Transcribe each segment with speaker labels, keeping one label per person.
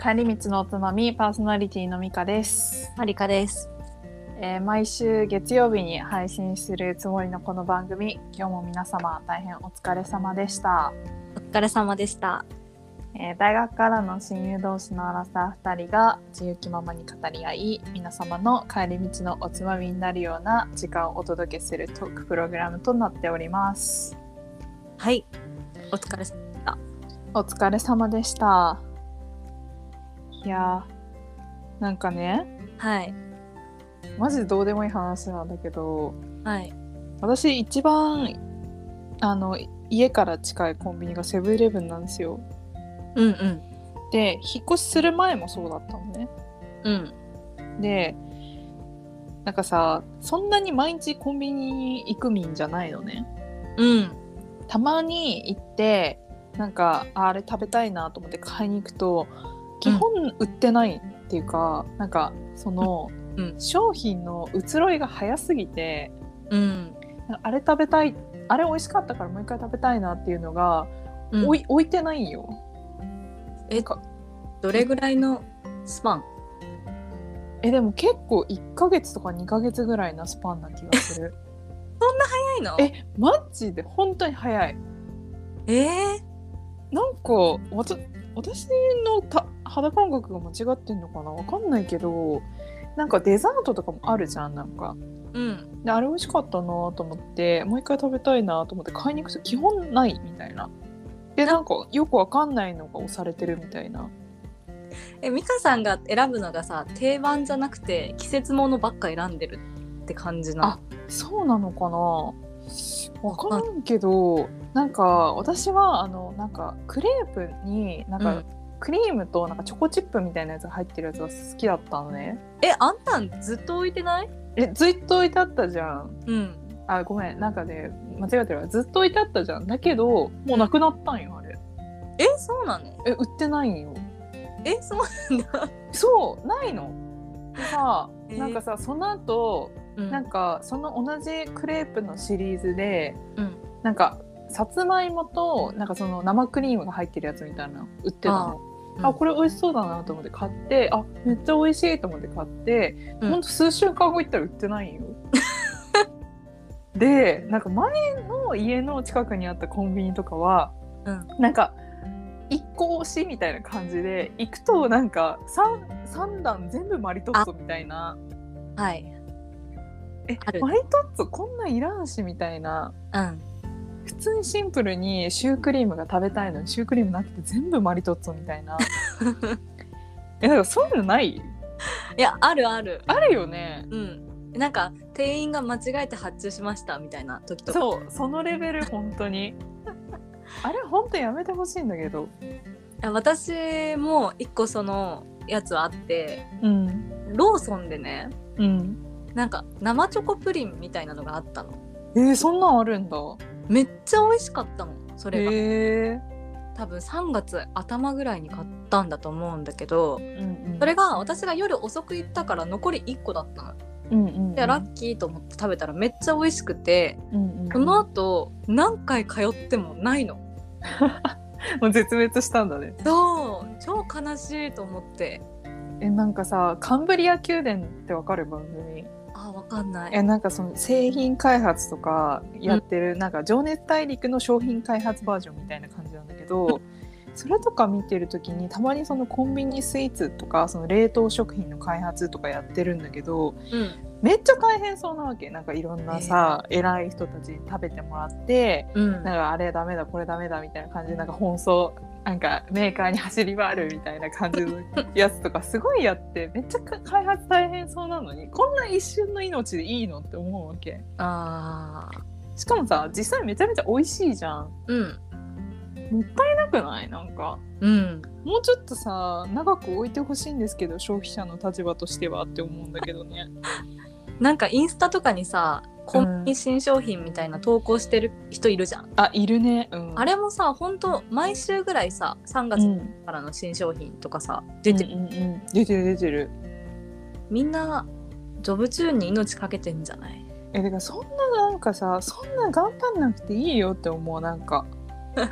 Speaker 1: 帰り道のおつまみパーソナリティのミカです。
Speaker 2: マリカです。
Speaker 1: 毎週月曜日に配信するつもりのこの番組、今日も皆様大変お疲れ様でした。
Speaker 2: お疲れ様でした。
Speaker 1: 大学からの親友同士のアラサー2人が自由気ままに語り合い、皆様の帰り道のおつまみになるような時間をお届けするトークプログラムとなっております。
Speaker 2: はい、お疲れ様でした。
Speaker 1: お疲れ様でした。いやー、なんかね、
Speaker 2: はい、
Speaker 1: マジでどうでもいい話なんだけど、
Speaker 2: はい、
Speaker 1: 私一番家から近いコンビニがセブンイレブンなんですよ。
Speaker 2: うんうん。
Speaker 1: で、引っ越しする前もそうだったのね。
Speaker 2: うん。
Speaker 1: で、なんかさ、そんなに毎日コンビニに行く民じゃないのね。
Speaker 2: うん。
Speaker 1: たまに行ってなんかあれ食べたいなと思って買いに行くと基本売ってないっていうか、なんかその、商品の移ろいが早すぎて、あれ食べたい、あれ美味しかったからもう一回食べたいなっていうのが、置いてないんよ。
Speaker 2: どれぐらいのスパン？
Speaker 1: でも結構1ヶ月とか2ヶ月ぐらいなスパンな気がする。
Speaker 2: そんな早いの？
Speaker 1: マジで本当に早い。なんか私の肌感覚が間違ってんのかな、わかんないけど、なんかデザートとかもあるじゃん、なんか。であれ美味しかったなと思ってもう一回食べたいなと思って買いに行くと基本ないみたいな。でなんかよくわかんないのが押されてるみたいな。
Speaker 2: ミカさんが選ぶのがさ、定番じゃなくて季節ものばっか選んでるって感じなの？
Speaker 1: あ、そうなのかな、わかんないけど、なんか私はなんかクレープになんか、クリームとなんかチョコチップみたいなやつが入ってるやつが好きだったのね。
Speaker 2: あんたんずっと置いてない？
Speaker 1: ずっと置いてあったじゃん。あ、ごめん、なんかね間違ってるわ。ずっと置いてあったじゃん。だけどもうなくなったんよ、あれ。
Speaker 2: そうなの？
Speaker 1: 売ってないんよ。
Speaker 2: そうなんだ。
Speaker 1: そうないのでさ、なんかさその後、なんかその同じクレープのシリーズで、なんかさつまいもとなんかその生クリームが入ってるやつみたいなの売ってたの。これ美味しそうだなと思って買って、めっちゃ美味しいと思って買って、ほんと数週間後行ったら売ってないんよ。で、なんか前の家の近くにあったコンビニとかは、なんか一個押しみたいな感じで行くとなんか 3段全部マリトッツォみたいな。
Speaker 2: はい。
Speaker 1: マリトッツォこんなんいらんしみたいな。普通にシンプルにシュークリームが食べたいのにシュークリームなくて全部マリトッツォみたいな。だからそういうのない？い
Speaker 2: や、あるある。
Speaker 1: あるよね。
Speaker 2: なんか店員が間違えて発注しましたみたいな時とか。
Speaker 1: そう、そのレベル本当に。あれ本当やめてほしいんだけど。
Speaker 2: 私も一個そのやつはあって、ローソンでね、なんか生チョコプリンみたいなのがあったの。
Speaker 1: そんなんあるんだ。
Speaker 2: めっちゃ美味しかったの、それが。多分3月頭ぐらいに買ったんだと思うんだけど、それが私が夜遅く行ったから残り1個だったの。でラッキーと思って食べたらめっちゃ美味しくて、その後何回通ってもないの。
Speaker 1: もう絶滅したんだね。
Speaker 2: そう、超悲しいと思って。
Speaker 1: なんかさ、カンブリア宮殿ってわかる番組？
Speaker 2: わかんない。
Speaker 1: なんかその製品開発とかやってる、なんか情熱大陸の商品開発バージョンみたいな感じなんだけど、それとか見てるときにたまにそのコンビニスイーツとかその冷凍食品の開発とかやってるんだけど、めっちゃ大変そうなわけ。なんかいろんなさ、偉い人たちに食べてもらって、なんかあれダメだこれダメだみたいな感じでなんか奔走なんかメーカーに走り回るみたいな感じのやつとかすごいやってめっちゃ開発大変そうなのにこんな一瞬の命でいいのって思うわけ。しかもさ実際めちゃめちゃ美味しいじゃん。もったいなくない？なんか、もうちょっとさ長く置いてほしいんですけど消費者の立場としてはって思うんだけどね。
Speaker 2: なんかインスタとかにさコンビニ新商品みたいな投稿してる人いるじゃん。
Speaker 1: いるね。あ
Speaker 2: れもさほんと毎週ぐらいさ3月からの新商品とかさ、出てる、
Speaker 1: 出てる。
Speaker 2: みんなジョブチューンに命かけてんじゃない？
Speaker 1: だからそんななんかさそんな頑張んなくていいよって思う。なんか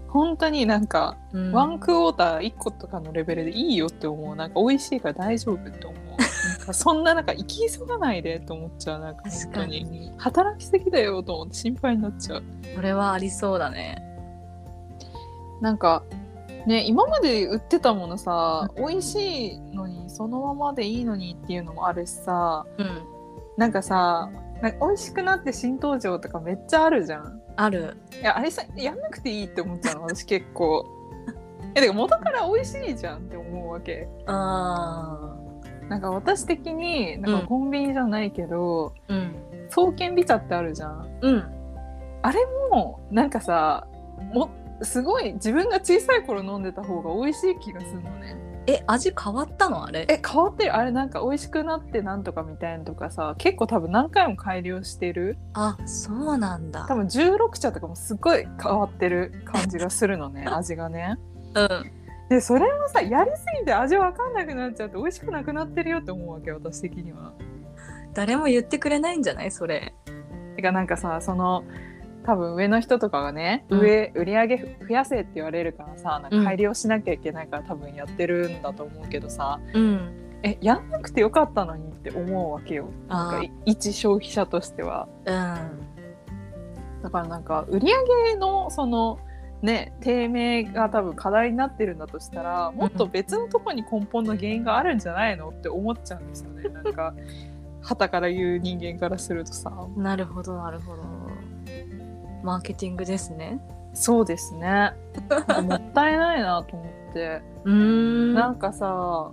Speaker 1: 本当になんか、
Speaker 2: うん、
Speaker 1: ワンクォーター1個とかのレベルでいいよって思う。なんか美味しいから大丈夫って思う。なんかそんななんか生き急がないでと思っちゃう。なんか本当に働きすぎだよと思って心配になっちゃう。
Speaker 2: これはありそうだね。
Speaker 1: なんかね、今まで売ってたものさ、美味しいのにそのままでいいのにっていうのもあるしさ、
Speaker 2: うん、
Speaker 1: なんかさ、なんか美味しくなって新登場とかめっちゃあるじゃん。
Speaker 2: ある。
Speaker 1: いや、あれさ、やんなくていいって思っちゃうの私結構。てか元から美味しいじゃんって思うわけ。
Speaker 2: あ
Speaker 1: なんか私的になんかコンビニじゃないけど、
Speaker 2: うん、
Speaker 1: 爽健美茶ってあるじゃん。
Speaker 2: うん、
Speaker 1: あれもなんかさ、すごい自分が小さい頃飲んでた方が美味しい気がするのね。
Speaker 2: 味変わったのあれ？
Speaker 1: 変わってる。あれなんか美味しくなってなんとかみたいなとかさ、結構多分何回も改良してる。
Speaker 2: あ、そうなんだ。
Speaker 1: 多分16茶とかもすごい変わってる感じがするのね味がね。
Speaker 2: うん。
Speaker 1: でそれもさ、やりすぎて味わかんなくなっちゃって美味しくなくなってるよって思うわけ、私的には。
Speaker 2: 誰も言ってくれないんじゃないそれ。
Speaker 1: てかなんかさ、その多分上の人とかがね、
Speaker 2: うん、
Speaker 1: 売り上げ増やせって言われるからさ、なんか改良しなきゃいけないから多分やってるんだと思うけどさ、
Speaker 2: うん、
Speaker 1: やんなくてよかったのにって思うわけよ。なんか一消費者としては。
Speaker 2: うん。
Speaker 1: だからなんか売り上げのそのね、低迷が多分課題になってるんだとしたら、もっと別のとこに根本の原因があるんじゃないのって思っちゃうんですよね。なんか傍から言う人間からするとさ。
Speaker 2: なるほどなるほど。マーケティングですね。
Speaker 1: そうですね。なんかもったいないなと思って。なんかさ、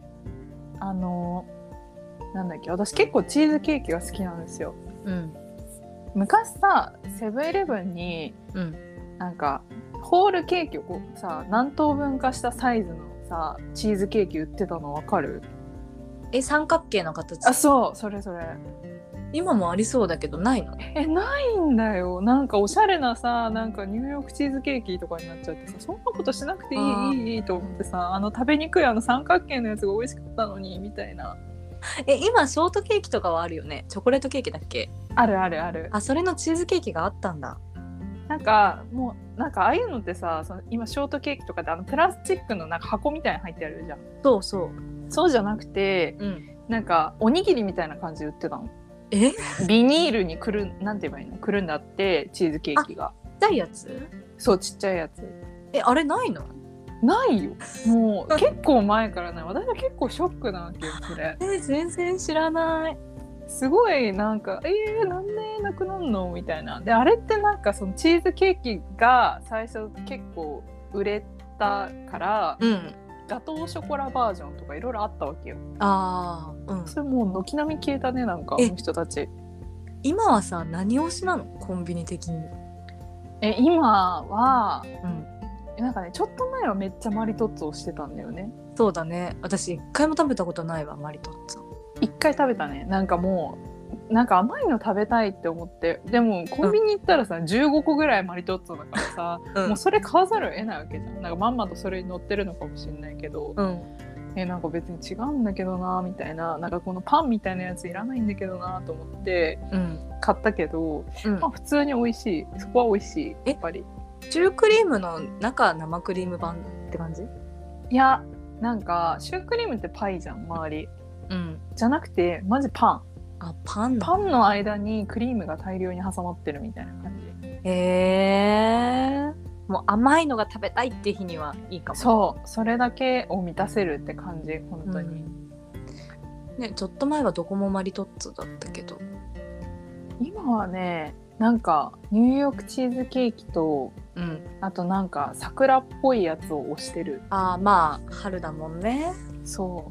Speaker 1: なんだっけ、私結構チーズケーキが好きなんですよ。
Speaker 2: うん、
Speaker 1: 昔さ、セブンイレブンに、
Speaker 2: うん、
Speaker 1: なんかホールケーキをこうさ、何等分化したサイズのさチーズケーキ売ってたの分かる？
Speaker 2: 三角形の形。
Speaker 1: あ、そう、それそれ。
Speaker 2: 今もありそうだけどないの？
Speaker 1: ないんだよ。なんかおしゃれなさ、なんかニューヨークチーズケーキとかになっちゃってさ、そんなことしなくていいと思ってさ、食べにくい三角形のやつが美味しかったのにみたいな。
Speaker 2: 今ショートケーキとかはあるよね。チョコレートケーキだっけ？
Speaker 1: あるあるある。
Speaker 2: あ、それのチーズケーキがあったんだ。
Speaker 1: なんかもうなんかああいうのってさ、その今ショートケーキとかでプラスチックのなんか箱みたいに入ってあるじゃん。
Speaker 2: そうそう。
Speaker 1: そうじゃなくて、なんかおにぎりみたいな感じで売ってたの。ビニールになんて言えばいいの、くるんだってチーズケーキが。
Speaker 2: ちっちゃいやつ？
Speaker 1: そう、ちっちゃいやつ。
Speaker 2: あれないの？
Speaker 1: ないよ。もう結構前からない。私は結構ショックなわけよそれ。
Speaker 2: 全然知らない。
Speaker 1: すごいなんかなんでなくなるのみたいな。であれってなんかそのチーズケーキが最初結構売れたから、ガトーショコラバージョンとかいろいろあったわけよ。それもう軒並み消えたね、なんかあの人たち。
Speaker 2: 今はさ、何推しなの？コンビニ的に。
Speaker 1: 今は、なんかね、ちょっと前はめっちゃマリトッツォをしてたんだよね。
Speaker 2: そうだね。私一回も食べたことないわ、マリトッツォ。
Speaker 1: 一回食べたね。なんかもうなんか甘いの食べたいって思って、でもコンビニ行ったらさ、15個ぐらいマリトッツォだからさ、もうそれ買わざるを得ないわけじゃん。なんかまんまとそれに乗ってるのかもしれないけど、なんか別に違うんだけどなみたいな、なんかこのパンみたいなやついらないんだけどなと思って買ったけど、まあ普通に美味しい。そこは美味しい、やっぱり。
Speaker 2: シュークリームの中生クリーム版って感じ？
Speaker 1: いや、なんかシュークリームってパイじゃん、周り。じゃなくてマジパン。パンの間にクリームが大量に挟まってるみたいな感じ。
Speaker 2: もう甘いのが食べたいっていう日にはいいかも。
Speaker 1: そう、それだけを満たせるって感じ、本当に。
Speaker 2: ね、ちょっと前はどこもマリトッツォだったけど、
Speaker 1: 今はね、なんかニューヨークチーズケーキと、あとなんか桜っぽいやつを推してる。
Speaker 2: まあ春だもんね。
Speaker 1: そう、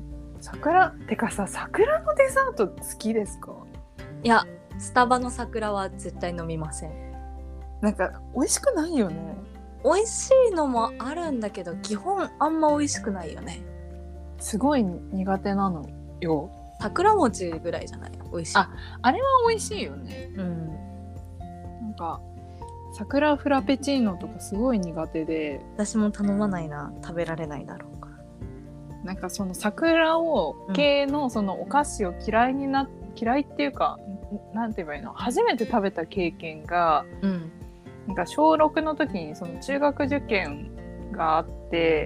Speaker 1: 桜ってかさ、桜のデザート好きですか？
Speaker 2: いや、スタバの桜は絶対飲みません。
Speaker 1: なんか美味しくないよね。
Speaker 2: 美味しいのもあるんだけど、基本あんま美味しくないよね。
Speaker 1: すごい苦手なのよ。
Speaker 2: 桜餅ぐらいじゃない？美味しい。
Speaker 1: あれは美味しいよね。なんか桜フラペチーノとかすごい苦手で、
Speaker 2: 私も頼まないな、食べられないだろうから。
Speaker 1: なんかその桜系のそのお菓子を嫌いっていうか、なんて言えばいいの、初めて食べた経験が、 なんか小6の時にその中学受験があって、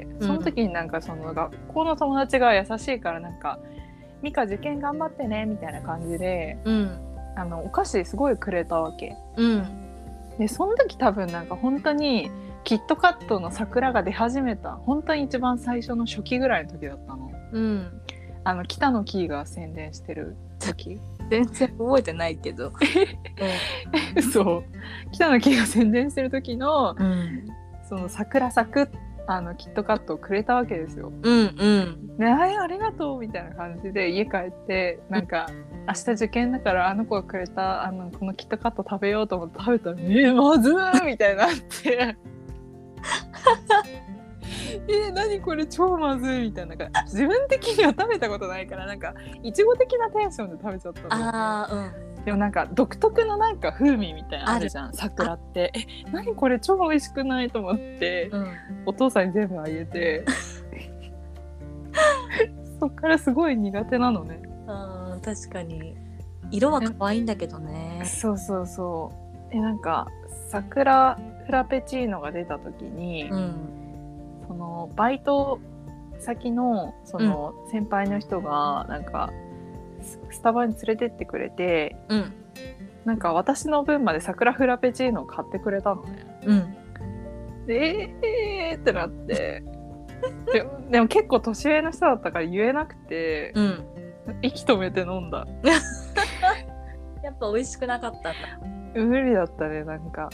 Speaker 1: その時になんかその学校の友達が優しいからなんかミカ受験頑張ってねみたいな感じで、お菓子すごいくれたわけ、でその時多分なんか本当にキットカットの桜が出始めた本当に一番最初の初期ぐらいの時だったの、北野キーが宣伝してる時
Speaker 2: 全然覚えてないけど、
Speaker 1: そう北野キーが宣伝してる時の、その桜咲くキットカットをくれたわけですよ。ね、ありがとうみたいな感じで家帰ってなんか明日受験だからあの子がくれたこのキットカット食べようと思って食べたらまずーみたいになって何これ超まずいみたいな、なんか自分的には食べたことないからなんかいちご的なテンションで食べちゃったの。でもなんか独特のなんか風味みたいなのあるじゃん桜って。何これ超美味しくないと思って、お父さんに全部あげてそっからすごい苦手なのね。
Speaker 2: 確かに色は可愛いんだけどね。
Speaker 1: そうそうそう。なんか桜フラペチーノが出た時に、そのバイト先のその先輩の人がなんかスタバに連れてってくれて、なんか私の分まで桜フラペチーノを買ってくれたのね。でってなってでも結構年上の人だったから言えなくて、息止めて飲んだ
Speaker 2: やっぱ美味しくなかったんだ。
Speaker 1: 無理だったね。なんか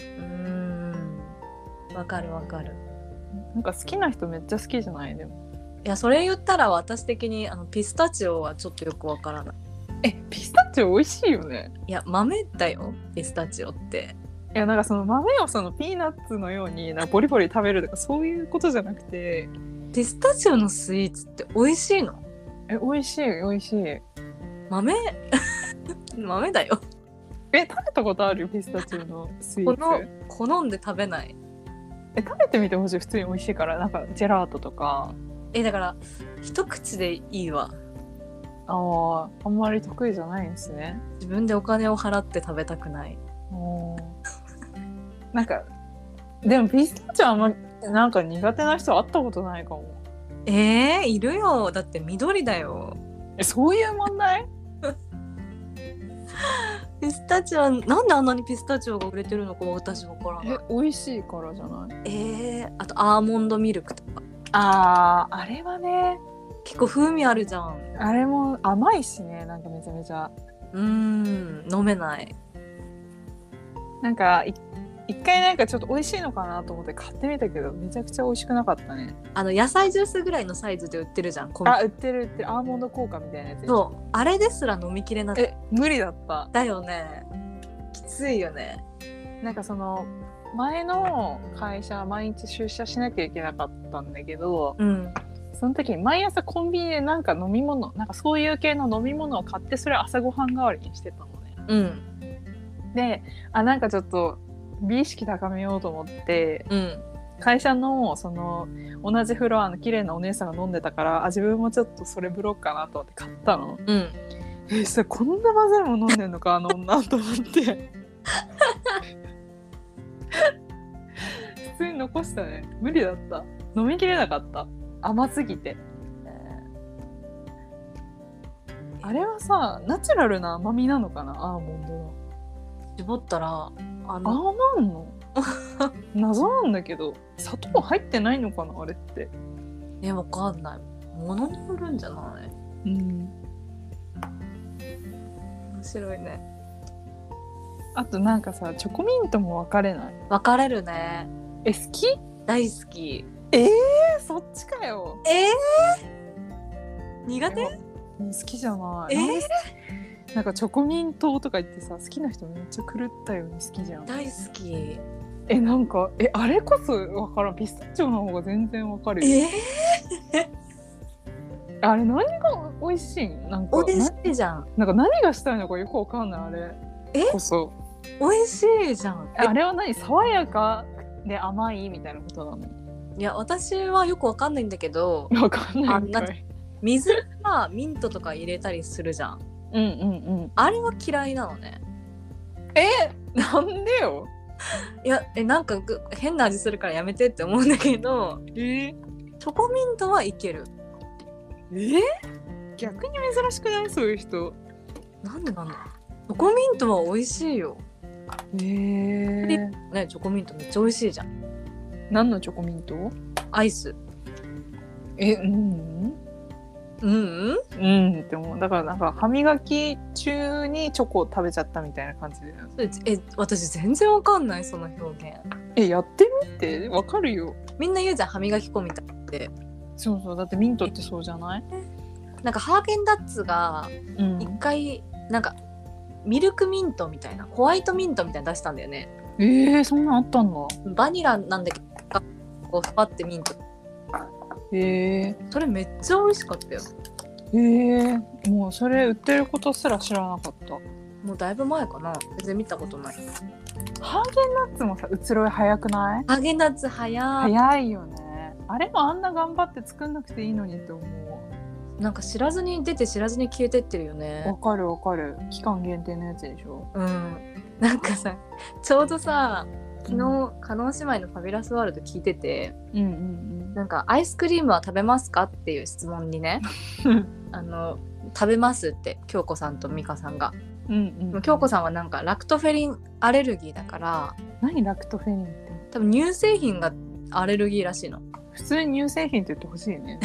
Speaker 2: わかるわかる。
Speaker 1: なんか好きな人めっちゃ好きじゃない？でも
Speaker 2: いやそれ言ったら私的にピスタチオはちょっとよくわからない。
Speaker 1: ピスタチオ美味しいよね。
Speaker 2: いや豆だよピスタチオって。
Speaker 1: いやなんかその豆をそのピーナッツのようになんかボリボリ食べるとかそういうことじゃなくて、
Speaker 2: ピスタチオのスイーツって美味しいの？
Speaker 1: 美味しい美味しい。
Speaker 2: 豆豆だよ。
Speaker 1: 食べたことある？ピスタチオのスイーツ
Speaker 2: 好んで食べない。
Speaker 1: 食べてみてほしい。普通に美味しいから。なんかジェラートとか。
Speaker 2: だから一口でいいわ。
Speaker 1: あんまり得意じゃないんですね。
Speaker 2: 自分でお金を払って食べたくない。
Speaker 1: なんかでもピスタチオあんまなんか苦手な人会ったことないかも。
Speaker 2: いるよ。だって緑だよ。
Speaker 1: そういう問題？
Speaker 2: ピスタチオなんであんなにピスタチオが売れてるのか私わからない。
Speaker 1: 美味しいからじゃない？
Speaker 2: あとアーモンドミルクとか。
Speaker 1: あれはね
Speaker 2: 結構風味あるじゃん。
Speaker 1: あれも甘いしね。なんかめちゃめちゃ
Speaker 2: 飲めない。
Speaker 1: なんか一回なんかちょっと美味しいのかなと思って買ってみたけどめちゃくちゃ美味しくなかったね。
Speaker 2: 野菜ジュースぐらいのサイズで売ってるじゃん。
Speaker 1: 売ってるアーモンド効果みたいなやつ。
Speaker 2: そうあれですら飲みきれなかった。
Speaker 1: 無理だった。だ
Speaker 2: よね。きついよね。
Speaker 1: なんかその前の会社毎日出社しなきゃいけなかったんだけど、その時に毎朝コンビニでなんか飲み物なんかそういう系の飲み物を買ってそれを朝ごはん代わりにしてたのね。でなんかちょっと美意識高めようと思って、会社のその同じフロアの綺麗なお姉さんが飲んでたから自分もちょっとそれブロックかなと思って買ったの。こんなまずいもん飲んでんのか女と思って普通に残したね。無理だった。飲みきれなかった。甘すぎて。あれはさナチュラルな甘みなのかな？アーモンドの
Speaker 2: 絞ったら
Speaker 1: なんの謎なんだけど砂糖入ってないのかなあれって。
Speaker 2: わかんない。物によるんじゃない？面白いね。
Speaker 1: あとなんかさチョコミントも分かれない？
Speaker 2: 分かれるね。
Speaker 1: 好き？
Speaker 2: 大好き。
Speaker 1: そっちかよ。
Speaker 2: 苦手？
Speaker 1: 好きじゃない。なんかチョコミントとか言ってさ好きな人めっちゃ狂ったように好きじゃん。
Speaker 2: 大好き。
Speaker 1: なんかあれこそ分からん。ピスタチオの方が全然分かるよ。あれ何が美味しいん？なんか
Speaker 2: 美味しいじゃん。
Speaker 1: なんか何がしたいのかよく分かんない。あれこそ
Speaker 2: 美味しいじゃん。
Speaker 1: あれは何？爽やかで甘いみたいなことなの？
Speaker 2: いや私はよく分かんないんだけど。
Speaker 1: 分かんないんかい。
Speaker 2: 水はミントとか入れたりするじゃん。あれは嫌いなのね。
Speaker 1: なんでよ。
Speaker 2: いやなんか変な味するからやめてって思うんだけど、チョコミントはいける。
Speaker 1: 逆に珍しくない？そういう人。
Speaker 2: なんでなんだ。チョコミントは美味しいよ。ね、チョコミントめっちゃ美味しいじゃん。
Speaker 1: 何のチョコミント？
Speaker 2: アイス。
Speaker 1: って思う。だからなんか歯磨き中にチョコを食べちゃったみたいな感じ
Speaker 2: で。私全然わかんないその表
Speaker 1: 現。やってみてわかるよ。
Speaker 2: みんな言うじゃん、歯磨き粉みたいって。
Speaker 1: そうだってミントってそうじゃない？
Speaker 2: なんかハーゲンダッツが一回なんかミルクミントみたいな、ホワイトミントみたいな出したんだよね。
Speaker 1: そんなんあったんだ。
Speaker 2: バニラなんだけどこうスパってミント。それめっちゃ美味しかったよ。もうそれ売ってることすら知らなかった。 もうだいぶ前かな。全然見たことない。
Speaker 1: ハーゲンダッツもさ、移ろい早くない？
Speaker 2: ハーゲンダッツ早
Speaker 1: いよね。あれもあんな頑張って作んなくていいのにって思う。
Speaker 2: なんか知らずに出て知らずに消えてってるよね。
Speaker 1: わかる。期間限定のやつでしょ。
Speaker 2: なんかさ、ちょうどさ昨日加納姉妹のファビュラスワールド聞いてて、なんかアイスクリームは食べますかっていう質問にね食べますって京子さんと美香さんが、京子さんはなんかラクトフェリンアレルギーだから。
Speaker 1: 何ラクトフェリンって？
Speaker 2: 多分乳製品がアレルギーらしいの。
Speaker 1: 普通に乳製品って言ってほしいね。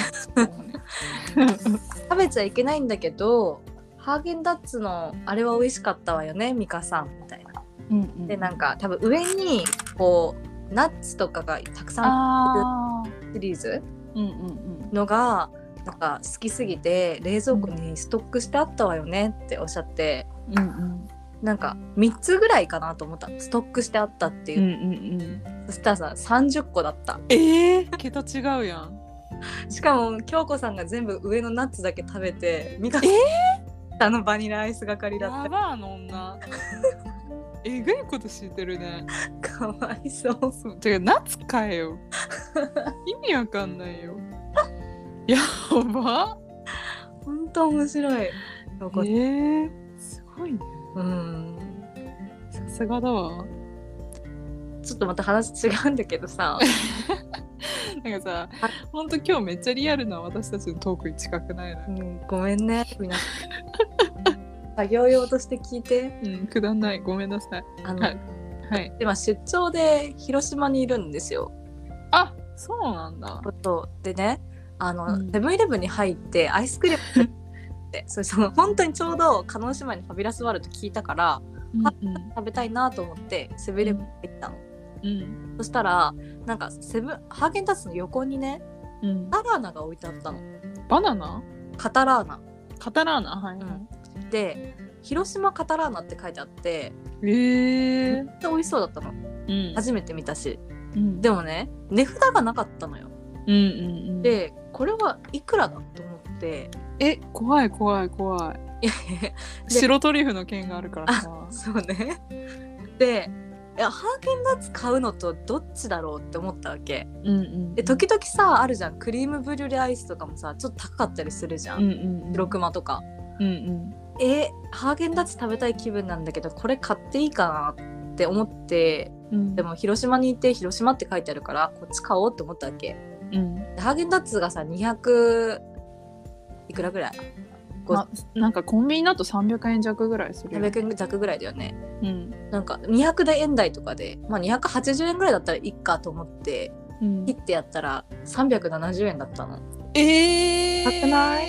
Speaker 2: 食べちゃいけないんだけどハーゲンダッツのあれは美味しかったわよね美香さんみたいな。でなんか多分上にこうナッツとかがたくさん入ってるシリーズのがなんか好きすぎて冷蔵庫にストックしてあったわよねっておっしゃって、なんか3つぐらいかなと思った。ストックしてあったっていう、そしたらさ30個だった。
Speaker 1: 桁違うやん。
Speaker 2: しかも京子さんが全部上のナッツだけ食べて美香さん下のバニラアイス係だった。
Speaker 1: やばあの女。えぐいことしてるね。
Speaker 2: かわいそう。
Speaker 1: てかナッツ買えよ。意味わかんないよ。やば。
Speaker 2: ほんと面白い。
Speaker 1: すごいね。さすがだわ。
Speaker 2: ちょっとまた話違うんだけどさ
Speaker 1: なんかさ、ほんと今日めっちゃリアルな私たちのトークに近くないの？
Speaker 2: ごめんね皆さん作業用として聞いて。
Speaker 1: くだんない、ごめんなさい。
Speaker 2: 今出張で広島にいるんですよ。
Speaker 1: あ、そうなんだ。
Speaker 2: でね、セブンイレブンに入ってアイスクリームってその本当にちょうど加納姉妹のファビュラスワールド聞いたから、食べたいなと思ってセブンイレブンに入ったの。そしたらなんかハーゲンダッツの横にね、カタラーナが置いてあったの。
Speaker 1: バナナ？
Speaker 2: カタラーナ。で広島カタラーナって書いてあって、めっちゃ美味しそうだったの。初めて見たし、でもね値札がなかったのよ。でこれはいくらだと思って、
Speaker 1: 怖い白トリュフの件があるからさ。
Speaker 2: そうね。でハーゲンダッツ買うのとどっちだろうって思ったわけ。で時々さあるじゃん、クリームブリュレアイスとかもさちょっと高かったりするじゃん、白熊とか。ハーゲンダッツ食べたい気分なんだけどこれ買っていいかなって思って、でも広島に行って広島って書いてあるからこっち買おうって思ったわけ。でハーゲンダッツがさ200いくらぐらい、
Speaker 1: なんかコンビニだと300円弱ぐらいするよね。
Speaker 2: 300円弱ぐらいだよね。なんか200円台とかで、280円ぐらいだったらいいかと思って切ってやったら370円だったの。高くない？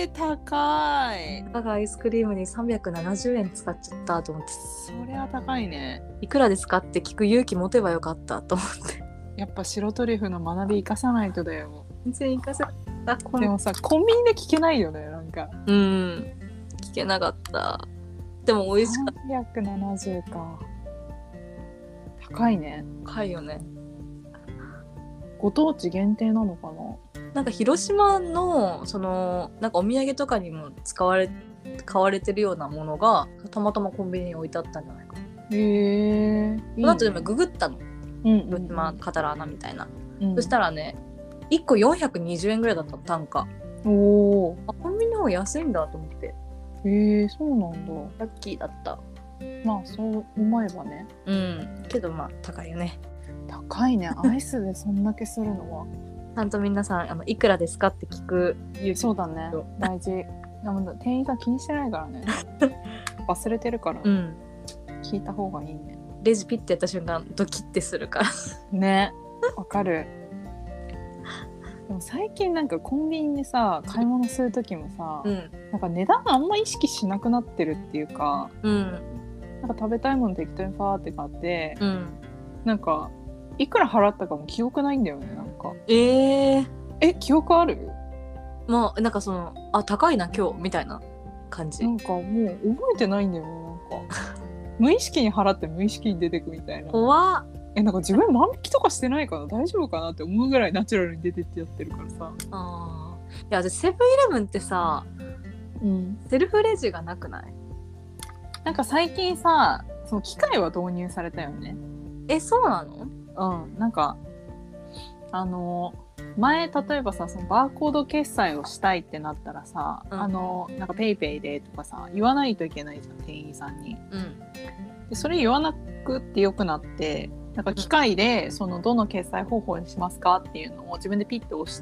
Speaker 1: 高い。
Speaker 2: アイスクリームに370円使っちゃったと思って。
Speaker 1: それは高いね。
Speaker 2: いくらですかって聞く勇気持てばよかったと思って。
Speaker 1: やっぱ白トリュフの学び生かさないとだよ。
Speaker 2: 全然生かせなかった。
Speaker 1: でもさコンビニで聞けないよね、なんか。
Speaker 2: 聞けなかった。でも美味しかった。
Speaker 1: 370か。高いね。
Speaker 2: 高いよね。
Speaker 1: ご当地限定なのかな。
Speaker 2: なんか広島のそのなんかお土産とかにも買われてるようなものがたまたまコンビニに置いてあったんじゃないかな。その後でもググったの。広島カタラーナみたいな。そしたらね1個420円ぐらいだったの単価。コンビニの方が安いんだと思って。
Speaker 1: そうなんだ。
Speaker 2: ラッキーだった。
Speaker 1: まあそう思えばね。
Speaker 2: けどまあ高いよね。
Speaker 1: 高いね。アイスでそんだけするのは。
Speaker 2: ちゃんと皆さんいくらですかって聞く。
Speaker 1: そうだね。大事。店員さん気にしてないからね。忘れてるから、聞いた方がいいね。
Speaker 2: レジピッてやった瞬間ドキッてするから
Speaker 1: ね。わかる。でも最近なんかコンビニでさ買い物する時もさ、なんか値段あんま意識しなくなってるっていうか、なんか食べたいもの適当にパーって買って、なんかいくら払ったかも記憶ないんだよね。なんか記憶ある？
Speaker 2: まあなんか高いな今日みたいな感じ。
Speaker 1: なんかもう覚えてないんだよね。なんか無意識に払って無意識に出てくみたいな。
Speaker 2: 怖っ。
Speaker 1: なんか自分万引きとかしてないかな、大丈夫かなって思うぐらいナチュラルに出てってやってるからさ。
Speaker 2: いやセブンイレブンってさ、セルフレジがなくない？
Speaker 1: なんか最近さその機械は導入されたよね。
Speaker 2: そうな
Speaker 1: の？なんか前例えばさそのバーコード決済をしたいってなったらさ、なんかペイペイでとかさ言わないといけないじゃん店員さんに。でそれ言わなくってよくなって。なんか機械でどの決済方法にしますかっていうのを自分でピッと押して、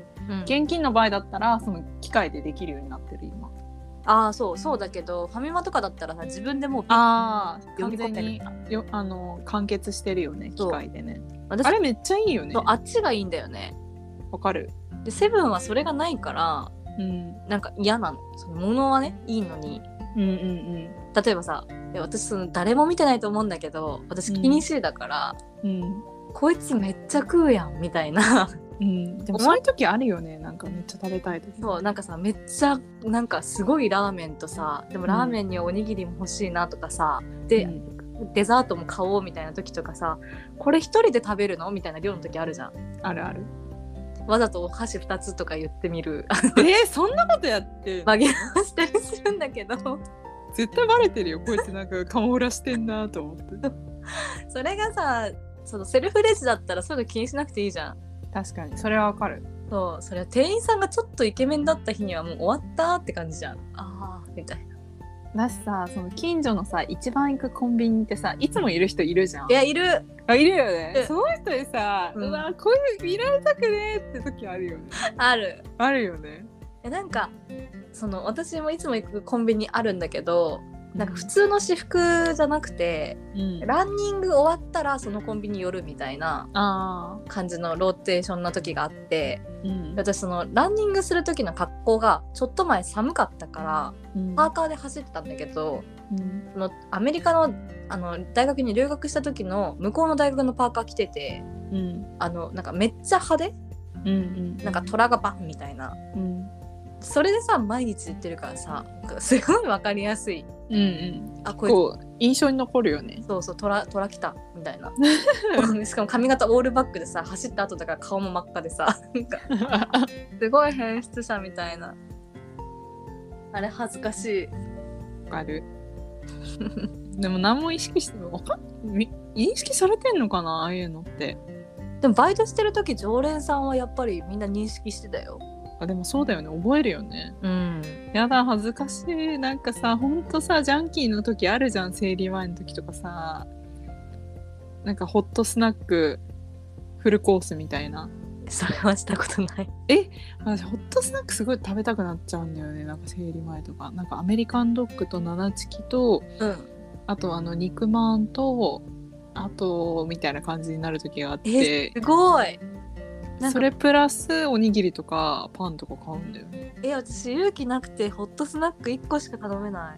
Speaker 1: 現金の場合だったらその機械でできるようになってる今。
Speaker 2: そうだけどファミマとかだったらさ自分でもう
Speaker 1: 完全に完結してるよね機械でね。あれめっちゃいいよね。
Speaker 2: あっちがいいんだよね。
Speaker 1: わかる。
Speaker 2: でセブンはそれがないから、なんか嫌なの。その物はねいいのに、例えばさ私誰も見てないと思うんだけど私気にしいだから、こいつめっちゃ食うやんみたいな、
Speaker 1: でもそういう時あるよね。なんかめっちゃ食べたい時。
Speaker 2: そうなんかさめっちゃなんかすごいラーメンとさでもラーメンにはおにぎりも欲しいなとかさ、で、デザートも買おうみたいな時とかさこれ一人で食べるのみたいな量の時あるじゃん。
Speaker 1: あるある。
Speaker 2: わざとお箸2つとか言ってみる。
Speaker 1: そんなことやって
Speaker 2: 紛らわしたりするんだけど
Speaker 1: 絶対バレてるよこいつなんかカモフラしてんなと思って
Speaker 2: それがさセルフレジだったらそういうの気にしなくていいじゃん。
Speaker 1: 確かにそれはわかる。
Speaker 2: それは店員さんがちょっとイケメンだった日にはもう終わったって感じじゃん。みたい
Speaker 1: な。だしさ近所のさ一番行くコンビニってさいつもいる人いるじゃん。
Speaker 2: いやいるよ
Speaker 1: ね。その人にさ、うわこういう見られたくねえって時あるよね。あるよね。
Speaker 2: なんか私もいつも行くコンビニあるんだけど、なんか普通の私服じゃなくて、ランニング終わったらそのコンビニ寄るみたいな感じのローテーションな時があって、私ランニングする時の格好がちょっと前寒かったから、パーカーで走ってたんだけど、アメリカの大学に留学した時の向こうの大学のパーカー着てて、なんかめっちゃ派手、なんか虎がバンみたいな、それでさ毎日言ってるからさすごい分かりやすい、こう
Speaker 1: 印象に残るよね。
Speaker 2: そう虎来たみたいなしかも髪型オールバックでさ走った後だから顔も真っ赤でさすごい変質者みたいな。あれ恥ずかしい。
Speaker 1: 分かるでも何も意識して認識されてんのかなああいうのって。
Speaker 2: でもバイトしてる時常連さんはやっぱりみんな認識してたよ。
Speaker 1: でもそうだよね覚えるよね。やだ恥ずかしい。なんかさほんとさジャンキーの時あるじゃん生理前の時とかさなんかホットスナックフルコースみたいな。
Speaker 2: それはしたことない。
Speaker 1: 私ホットスナックすごい食べたくなっちゃうんだよね。なんか生理前とかなんかアメリカンドッグとナナチキと、あと肉まんとあとみたいな感じになる時があって、
Speaker 2: すごい。
Speaker 1: それプラスおにぎりとかパンとか買うんだよね。
Speaker 2: 私勇気なくてホットスナック1個しか頼めない。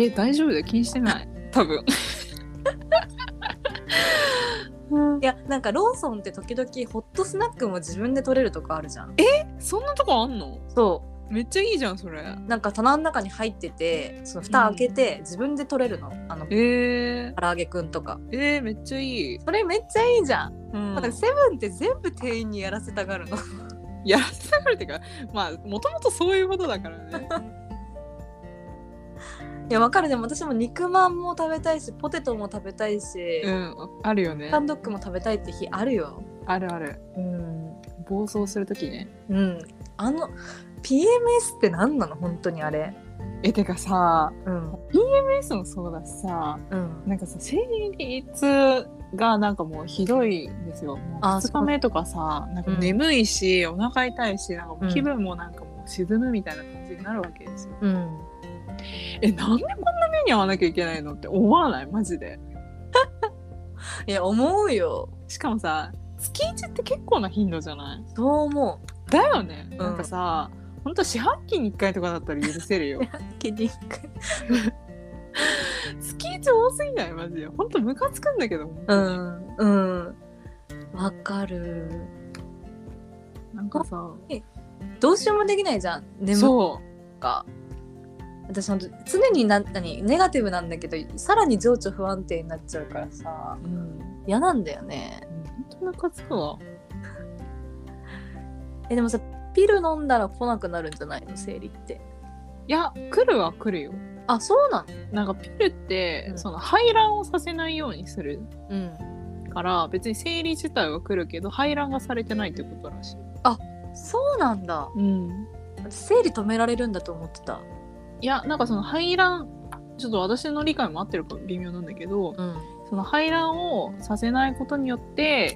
Speaker 1: 大丈夫だよ気にしてない多分
Speaker 2: いやなんかローソンって時々ホットスナックも自分で取れるとこあるじゃん。
Speaker 1: そんなとこあんの？
Speaker 2: そう
Speaker 1: めっちゃいいじゃんそれ。
Speaker 2: なんか棚の中に入っててその蓋開けて自分で取れるの、唐揚げくんとか。
Speaker 1: めっちゃいい。
Speaker 2: それめっちゃいいじゃん、だからセブンって全部店員にやらせたがるの
Speaker 1: やらせたがるってかまあもともとそういうことだからね
Speaker 2: いやわかる。でも私も肉まんも食べたいしポテトも食べたいし、
Speaker 1: あるよね。
Speaker 2: サンドッグも食べたいって日あるよ。
Speaker 1: あるある。暴走するときね。
Speaker 2: PMS って何なの本当にあれ。
Speaker 1: てかさ、
Speaker 2: うん、
Speaker 1: PMS もそうだしさ、
Speaker 2: うん、
Speaker 1: なんかさ生理痛がなんかもうひどいんですよ。もう2日目とかさ、なんか眠いし、お腹痛いし、なんかもう気分もなんかもう沈むみたいな感じになるわけですよ。
Speaker 2: うん、
Speaker 1: なんでこんな目に遭わなきゃいけないのって思わない？マジで。
Speaker 2: いや思うよ。
Speaker 1: しかもさ、月1って結構な頻度じゃない？
Speaker 2: そう思
Speaker 1: う。だよね。なんかさ、ほんと四半期に1回とかだったら許せるよ。
Speaker 2: 四半期に1回
Speaker 1: 月1多すぎない？マジで。ほんとムカつくんだけど。
Speaker 2: うんうんわかる。
Speaker 1: なんかさ、
Speaker 2: どうしようもできないじゃん。そうか。私ほんと常にネガティブなんだけど、さらに情緒不安定になっちゃうからさ、嫌なんだよね。
Speaker 1: ほんとムカつくわ。
Speaker 2: でもさ、ピル飲んだら来なくなるんじゃないの、生理って。
Speaker 1: いや、来るは来るよ。
Speaker 2: あ、そうなの？
Speaker 1: なんかピルって、その排卵をさせないようにする、から別に生理自体は来るけど排卵がされてないってことらしい。
Speaker 2: あ、そうなんだ。生理止められるんだと思ってた。
Speaker 1: いや、なんかその排卵、ちょっと私の理解も合ってるか微妙なんだけど、その排卵をさせないことによって、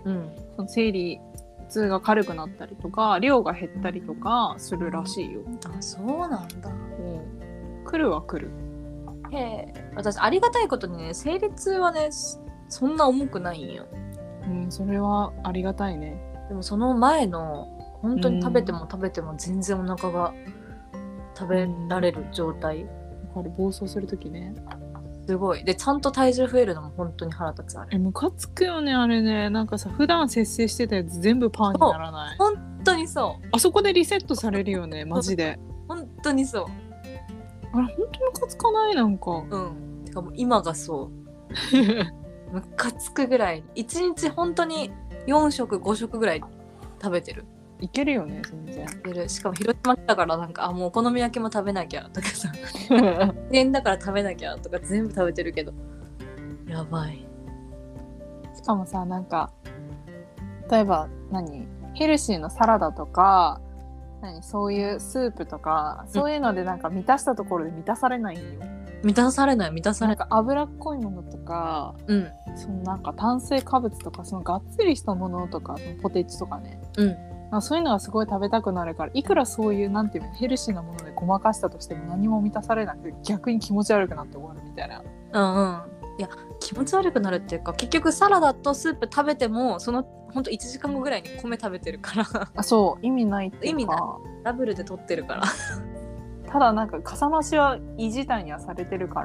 Speaker 1: その生理痛が軽くなったりとか量が減ったりとかするらしいよ。
Speaker 2: あ、そうなんだ。
Speaker 1: 来るは来る。
Speaker 2: へえ。私ありがたいことにね、生理痛はねそんな重くないんよ。
Speaker 1: それはありがたいね。
Speaker 2: でもその前の本当に食べても食べても全然お腹が食べられる状態。
Speaker 1: 暴走するときね。
Speaker 2: すごい。でちゃんと体重増えるのも本当に腹立つ。あれ
Speaker 1: ムカつくよね、あれね。なんかさ、普段節制してたやつ全部パーにならない？
Speaker 2: 本当にそう。
Speaker 1: あそこでリセットされるよね、マジで。
Speaker 2: 本当にそう。
Speaker 1: あれ本当ムカつかない？なんか
Speaker 2: てかもう今がそうムカつくぐらい。1日本当に4食5食ぐらい食べてる。
Speaker 1: いけるよね、全然。
Speaker 2: しかも広島来たからなんかもうお好み焼きも食べなきゃとかさ変だから食べなきゃとか全部食べてるけどやばい。
Speaker 1: しかもさ、なんか例えばヘルシーのサラダとかそういうスープとか、そういうのでなんか満たしたところで満たされないんよ。
Speaker 2: 満たされない。なん
Speaker 1: か脂っこいものとか、そのなんか炭水化物とか、そのがっつりしたものとか、ポテチとかね、そういうのがすごい食べたくなるから、いくらそういうなんていうのヘルシーなものでごまかしたとしても何も満たされなくて逆に気持ち悪くなって終わるみたいな。
Speaker 2: いや気持ち悪くなるっていうか、結局サラダとスープ食べてもそのほんと1時間後ぐらいに米食べてるから
Speaker 1: そう意味ないっていうか、
Speaker 2: 意味ない。ダブルで取ってるから
Speaker 1: ただなんかかさ増しは胃自体にはされてるから、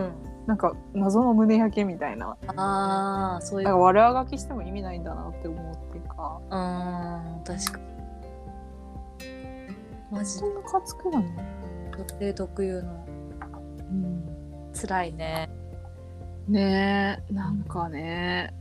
Speaker 1: なんか謎の胸焼けみたいな。
Speaker 2: そういう
Speaker 1: なんか悪あがきしても意味ないんだなって思うっていうか。
Speaker 2: 確かにマジ
Speaker 1: でムカつくよね。
Speaker 2: 女性特有の、辛いね。
Speaker 1: ねえ、なんかね、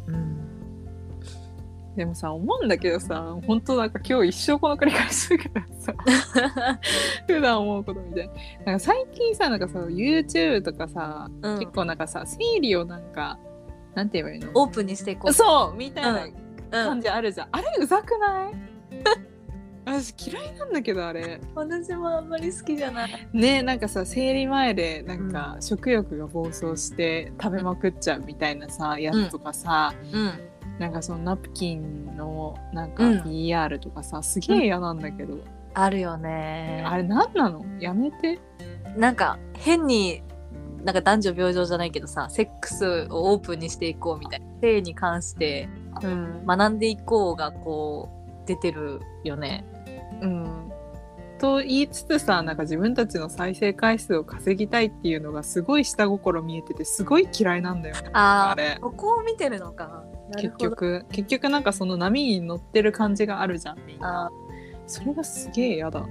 Speaker 1: でもさ、思うんだけどさ、本当なんか今日一生この繰り返しだからさ普段思うことみたいな。なんか最近さ、なんかさ YouTube とかさ、結構なんかさ生理をなんかなんて言えばいいの、
Speaker 2: オープンにしていこう
Speaker 1: そうみたいな感じあるじゃん、あれうざくない私嫌いなんだけど、あれ
Speaker 2: 私もあんまり好きじゃない
Speaker 1: ね。なんかさ、生理前でなんか食欲が暴走して食べまくっちゃうみたいなさ、やつとかさ、なんかそのナプキンのなんか PR とかさ、すげえ嫌なんだけど、
Speaker 2: あるよね。
Speaker 1: あれ何なの？やめて。
Speaker 2: なんか変になんか男女平等じゃないけどさ、セックスをオープンにしていこうみたいな、性に関して、学んでいこうがこう出てるよね。
Speaker 1: と言いつつさ、なんか自分たちの再生回数を稼ぎたいっていうのがすごい下心見えてて、すごい嫌いなんだよね。あれ
Speaker 2: ここを見てるのか。
Speaker 1: 結局なんかその波に乗ってる感じがあるじゃん、みんな。それがすげえ嫌だ。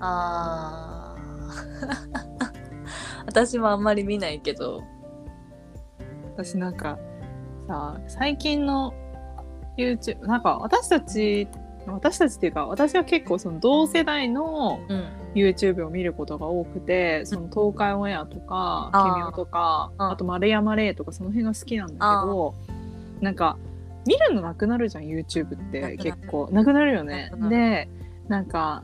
Speaker 2: 私もあんまり見ないけど、
Speaker 1: 私なんかさ、最近の YouTube なんか私たちっていうか、私は結構その同世代の YouTube を見ることが多くて、その東海オンエアとかケミオとか、あと丸山礼とかその辺が好きなんだけど、なんか見るのなくなるじゃん YouTube って。結構なくなるよね。でなんか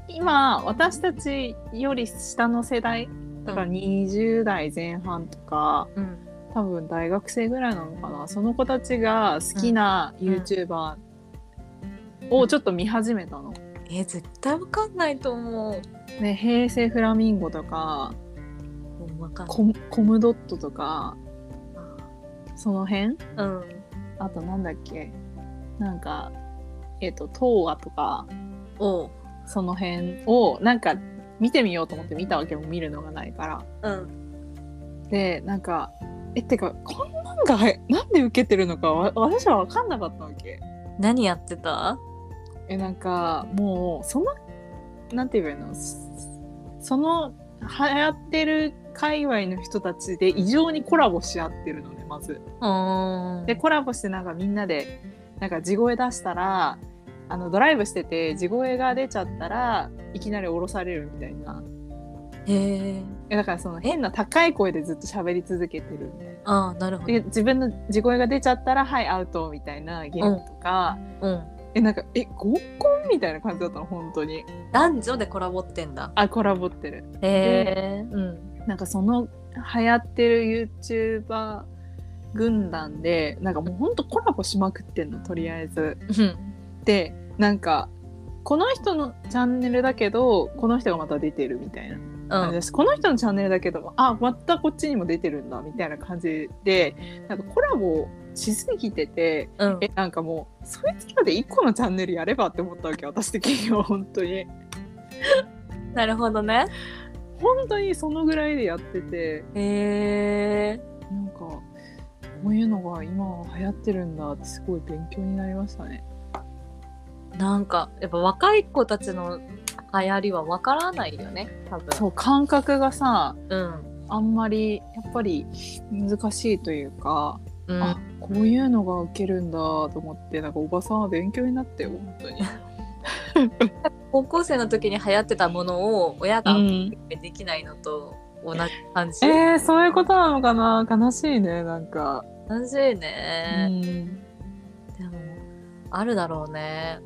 Speaker 1: 今私たちより下の世代だから20代前半とか、多分大学生ぐらいなのかな、その子たちが好きな YouTuber をちょっと見始めたの。
Speaker 2: 絶対わかんないと思う。
Speaker 1: ね、平成フラミンゴとか、コムドットとか、その辺、あとなんだっけ、なんか東亜とか、その辺をなんか見てみようと思って見たわけも、見るのがないから。でなんかてかこんなんがなんで受けてるのか私は分かんなかったわけ。
Speaker 2: 何やってた？
Speaker 1: なんかもうそのなんて言えばいいの、その流行ってる界隈の人たちで異常にコラボし合ってるのね、まず。でコラボしてなんかみんなでなんか地声出したら、ドライブしてて地声が出ちゃったらいきなり降ろされるみたいな。だからその変な高い声でずっと喋り続けてるみたいな。
Speaker 2: なるほど。
Speaker 1: で自分の地声が出ちゃったらはいアウトみたいなゲームとか、なんか合コンみたいな感じだったの、本当に。
Speaker 2: 男女でコラボってんだ。
Speaker 1: コラボってる。なんかその流行ってる YouTuber 軍団でなんかもうほんとコラボしまくってんの、とりあえず。でなんかこの人のチャンネルだけどこの人がまた出てるみたいな感じだし、この人のチャンネルだけどまたこっちにも出てるんだみたいな感じで、なんかコラボしすぎてて、なんかもうそいつらで1個のチャンネルやればって思ったわけ、私的には。本当に
Speaker 2: なるほどね。
Speaker 1: 本当にそのぐらいでやってて、なんかこういうのが今流行ってるんだってすごい勉強になりましたね。
Speaker 2: なんかやっぱ若い子たちの流行りはわからないよね、多分。
Speaker 1: そう、感覚がさ、あんまりやっぱり難しいというか、こういうのが受けるんだと思って、なんかおばさんは勉強になってよ、本当に。
Speaker 2: 高校生の時に流行ってたものを親ができないのと同じ感じ。
Speaker 1: そういうことなのかな。悲しいね、なんか。
Speaker 2: 悲しいね。でもあるだろうね。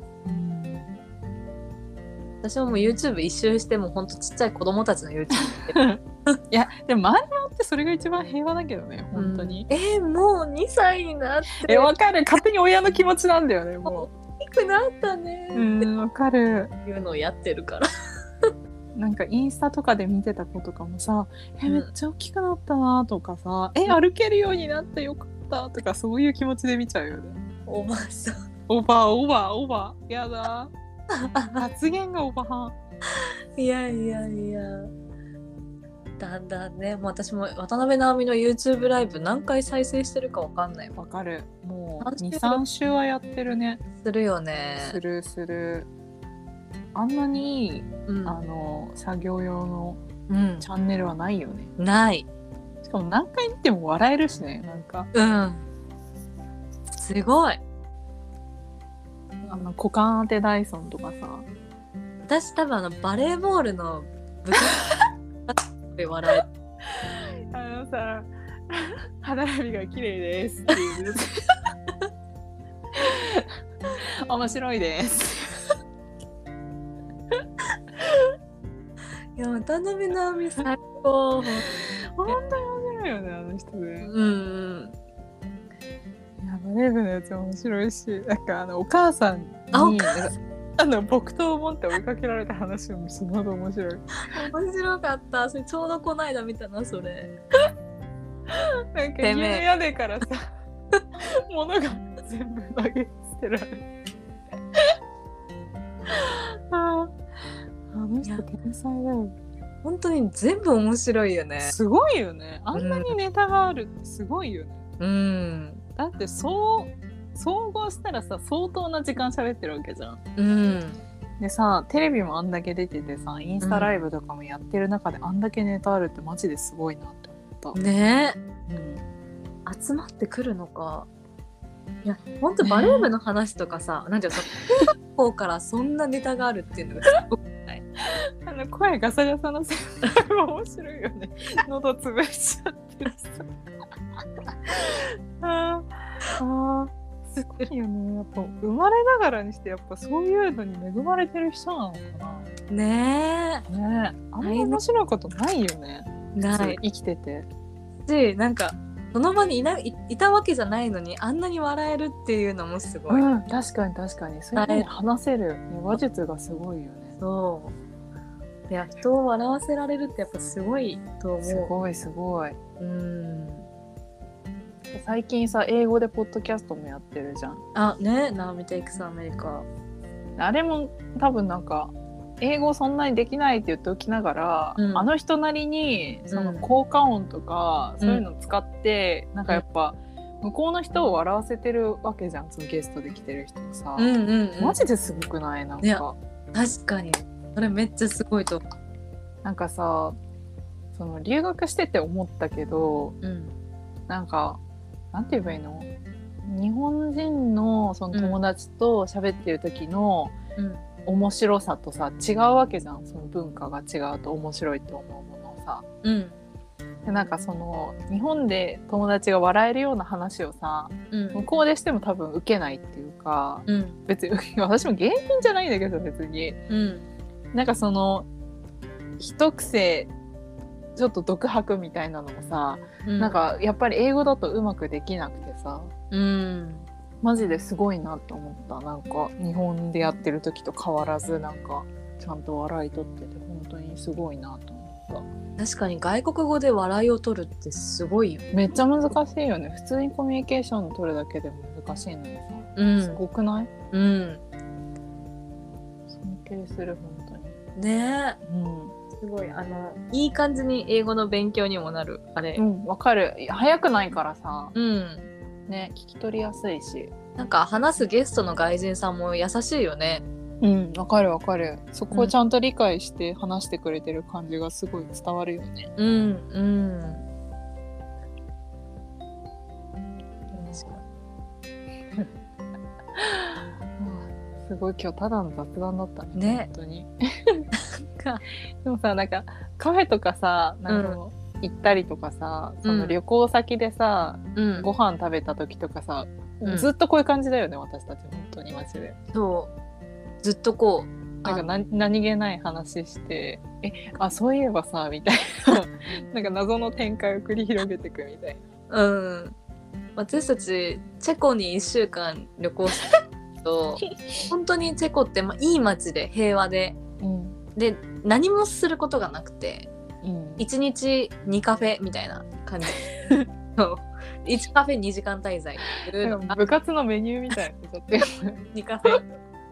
Speaker 2: 私ももう YouTube 一周してもほんとちっちゃい子供たちの YouTube
Speaker 1: いやでも周りもってそれが一番平和だけどね、本当に。
Speaker 2: もう2歳になって。
Speaker 1: わかる、勝手に親の気持ちなんだよね、もう。
Speaker 2: 大きくなったね。
Speaker 1: わかる。
Speaker 2: いうのをやってるから
Speaker 1: なんかインスタとかで見てた子とかもさ、めっちゃ大きくなったなとかさ、歩けるようになってよかったとか、そういう気持ちで見ちゃうよね。
Speaker 2: おばさん。
Speaker 1: おばやだ。発言がおばはん。
Speaker 2: いやだんだんね、もう私も渡辺直美の YouTube ライブ何回再生してるかわかんない。
Speaker 1: わかる。もう 2,3 週はやってるね。
Speaker 2: するよね。
Speaker 1: する。あんなに、作業用のチャンネルはないよね。
Speaker 2: ない。
Speaker 1: しかも何回見ても笑えるしね、なんか。
Speaker 2: すごい。
Speaker 1: 股間当てダイソンとかさ。
Speaker 2: 私多分バレーボールの部活で笑え
Speaker 1: さ、歯並びが綺麗ですっていう面白いです
Speaker 2: いや渡辺直美最高。
Speaker 1: 本当に面白いよね、あの人ね。バレー部のやつ面白いし、なんかお母さんに木刀を持って追いかけられた話もすごい面白い。
Speaker 2: 面白かった。それちょうどこないだ見たな、それ。
Speaker 1: なんか家の屋根からさ物が全部投げ捨てられるあの人天才だよ。
Speaker 2: 本当に全部面白いよね。
Speaker 1: すごいよね。あんなにネタがあるってすごいよね。だって総合したらさ、相当な時間喋ってるわけじゃん。でさ、テレビもあんだけ出ててさ、インスタライブとかもやってる中であんだけネタあるってマジですごいなって思った
Speaker 2: ね。集まってくるのか。いやほんとバレー部の話とかさ、なんていうの、中学校からそんなネタがあるっていうのがすごくない
Speaker 1: 声ガサガサの先輩は面白いよね。喉潰しちゃってるさすごいよね。やっぱ生まれながらにしてやっぱそういうのに恵まれてる人なのかな。
Speaker 2: ね
Speaker 1: え。ねえ。あんま面白いことないよね。
Speaker 2: ない。
Speaker 1: 生きてて。
Speaker 2: し、なんかその場にいたわけじゃないのにあんなに笑えるっていうのもすごい。
Speaker 1: うん、確かに確かに。そういうふうに話せる話術がすごいよね。
Speaker 2: そう。いや、人を笑わせられるってやっぱすごいと思う。
Speaker 1: すごいすごい。
Speaker 2: うん。
Speaker 1: 最近さ、英語でポッドキャストもやってるじゃん。
Speaker 2: あ、ね、ナオミテイクスアメリカ。
Speaker 1: あれも多分なんか英語そんなにできないって言っておきながら、あの人なりにその効果音とか、そういうのを使って、なんかやっぱ向こうの人を笑わせてるわけじゃん、そのゲストで来てる人をさ、マジですごくない？なんか。いや、
Speaker 2: 確かにそれめっちゃすごいと思う。
Speaker 1: なんかさ、その留学してて思ったけど、なんかなんて言えばいいの？日本人のその友達と喋ってる時の面白さとさ、違うわけじゃん。その文化が違うと面白いと思うものをさ、でなんかその日本で友達が笑えるような話をさ、向こうでしても多分受けないっていうか、別に私も芸人じゃないんだけど別に、なんかその一癖ちょっと独白みたいなのもさ、なんかやっぱり英語だとうまくできなくてさ、マジですごいなと思った。なんか日本でやってる時と変わらず、なんかちゃんと笑い取ってて本当にすごいなと思った。
Speaker 2: 確かに外国語で笑いを取るってすごいよ。
Speaker 1: めっちゃ難しいよね。普通にコミュニケーション取るだけでも難しいのにさ、すごくない？尊敬する本当に。
Speaker 2: ねえ。すごいいい感じに英語の勉強にもなるあれ。
Speaker 1: わかる。早くないからさ。ね、聞き取りやすいし。
Speaker 2: なんか話すゲストの外人さんも優しいよね。
Speaker 1: わかるわかる。そこをちゃんと理解して話してくれてる感じがすごい伝わるよね。すごい今日ただの雑談だったね。本当に。でもさ、なんかカフェとかさ、なんか行ったりとかさ、その旅行先でさ、ご飯食べた時とかさ、ずっとこういう感じだよね、私たち本当にマジで。そう。ずっとこうなんか何気ない話して、そういえばさみたいななんか謎の展開を繰り広げていくみたいな。
Speaker 2: 私たちチェコに1週間旅行したと本当にチェコって、いい街で平和で、で何もすることがなくて、1日2カフェみたいな感じ1カフェ2時間滞在
Speaker 1: 部活のメニューみたいな
Speaker 2: 2カフェ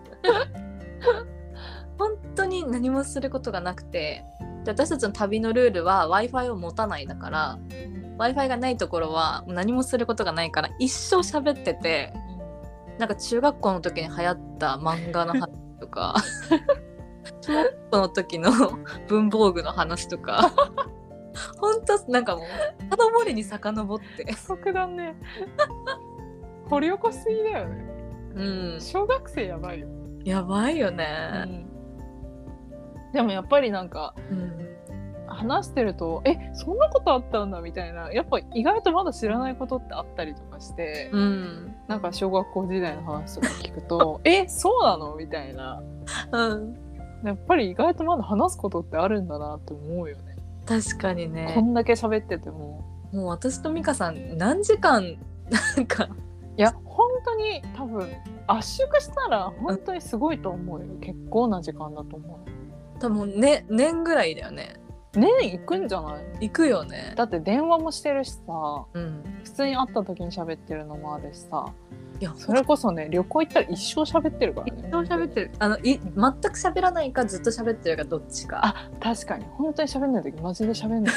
Speaker 2: 本当に何もすることがなくて、で私たちの旅のルールは Wi-Fi を持たないだから、Wi-Fi がないところは何もすることがないから一生喋ってて、なんか中学校の時に流行った漫画の話とか中学校の時の文房具の話とか本当なんかもう遡りに遡って
Speaker 1: 即断ね掘り起こしすぎだよね。小学生やばいよ。
Speaker 2: やばいよね。
Speaker 1: でもやっぱりなんか、話してるとそんなことあったんだみたいな、やっぱ意外とまだ知らないことってあったりとかして、なんか小学校時代の話とか聞くとそうなのみたいな、やっぱり意外とまだ話すことってあるんだなって思うよね。
Speaker 2: 確かにね。
Speaker 1: こんだけ喋ってても
Speaker 2: もう私と美香さん何時間なんか
Speaker 1: いや本当に多分圧縮したら本当にすごいと思うよ。結構な時間だと思う。
Speaker 2: 多分ね、年ぐらいだよね。
Speaker 1: 年行くんじゃない？
Speaker 2: 行くよね。
Speaker 1: だって電話もしてるしさ、普通に会った時に喋ってるのもあるしさ、いやそれこそね、旅行行ったら一生喋ってるからね。
Speaker 2: 一生喋ってる。全く喋らないかずっと喋ってるかどっちか。
Speaker 1: 確かに本当に喋んない時マジで喋んない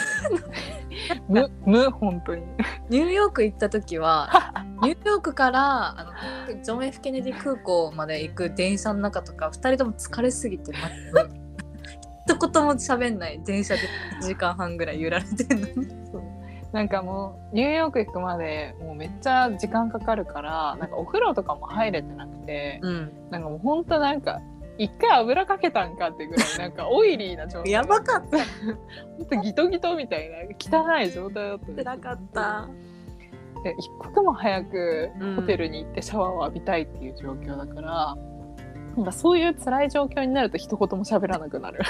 Speaker 1: 本当に
Speaker 2: ニューヨーク行った時はニューヨークからジョン・ F ・ケネディ空港まで行く電車の中とか2人とも疲れすぎて一言も喋んない。電車で1時間半ぐらい揺られてるのに
Speaker 1: なんかもうニューヨーク行くまでもうめっちゃ時間かかるから、なんかお風呂とかも入れてなくて、なんかもうほんとなんか一回油かけたんかってぐらいなんかオイリーな状態
Speaker 2: やばかった
Speaker 1: ほんとギトギトみたいな汚い状態だった。
Speaker 2: 辛かった。
Speaker 1: で一刻も早くホテルに行ってシャワーを浴びたいっていう状況だから、なんかそういう辛い状況になると一言も喋らなくなる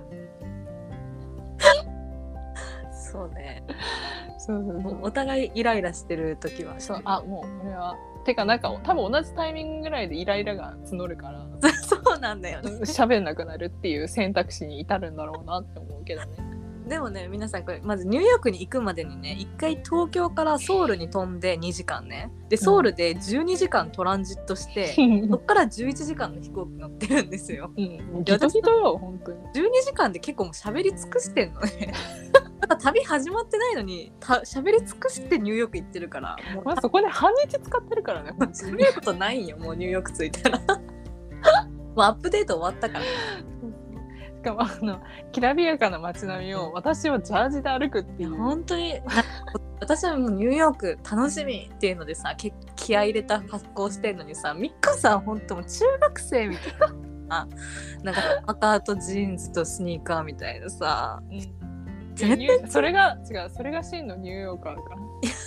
Speaker 2: そうね。
Speaker 1: そう
Speaker 2: お互いイライラしてる時は
Speaker 1: そう、もうこれはてかなんか多分同じタイミングぐらいでイライラが募るから
Speaker 2: そうなんだよね。
Speaker 1: 喋んなくなるっていう選択肢に至るんだろうなって思うけどね。
Speaker 2: でもね、皆さんこれまずニューヨークに行くまでにね、一回東京からソウルに飛んで2時間ね、でソウルで12時間トランジットして、そっから11時間の飛行機乗ってるんですよ。
Speaker 1: ギトギトよ本当に。
Speaker 2: 12時間で結構もう喋り尽くしてんのねまだ旅始まってないのに喋り尽くしてニューヨーク行ってるから、
Speaker 1: もうそこで半日使ってるからね。
Speaker 2: 喋ることないんよ、もうニューヨーク着いたらもうアップデート終わったから。
Speaker 1: しかもきらびやかな街並みを私はジャージで歩くっていう。
Speaker 2: 本当に私はもうニューヨーク楽しみっていうのでさ、気合い入れた格好してんのにさ、ミカさん本当もう中学生みたいななんかパーカーとジーンズとスニーカーみたいなさ、
Speaker 1: それが真のニューヨーカーだから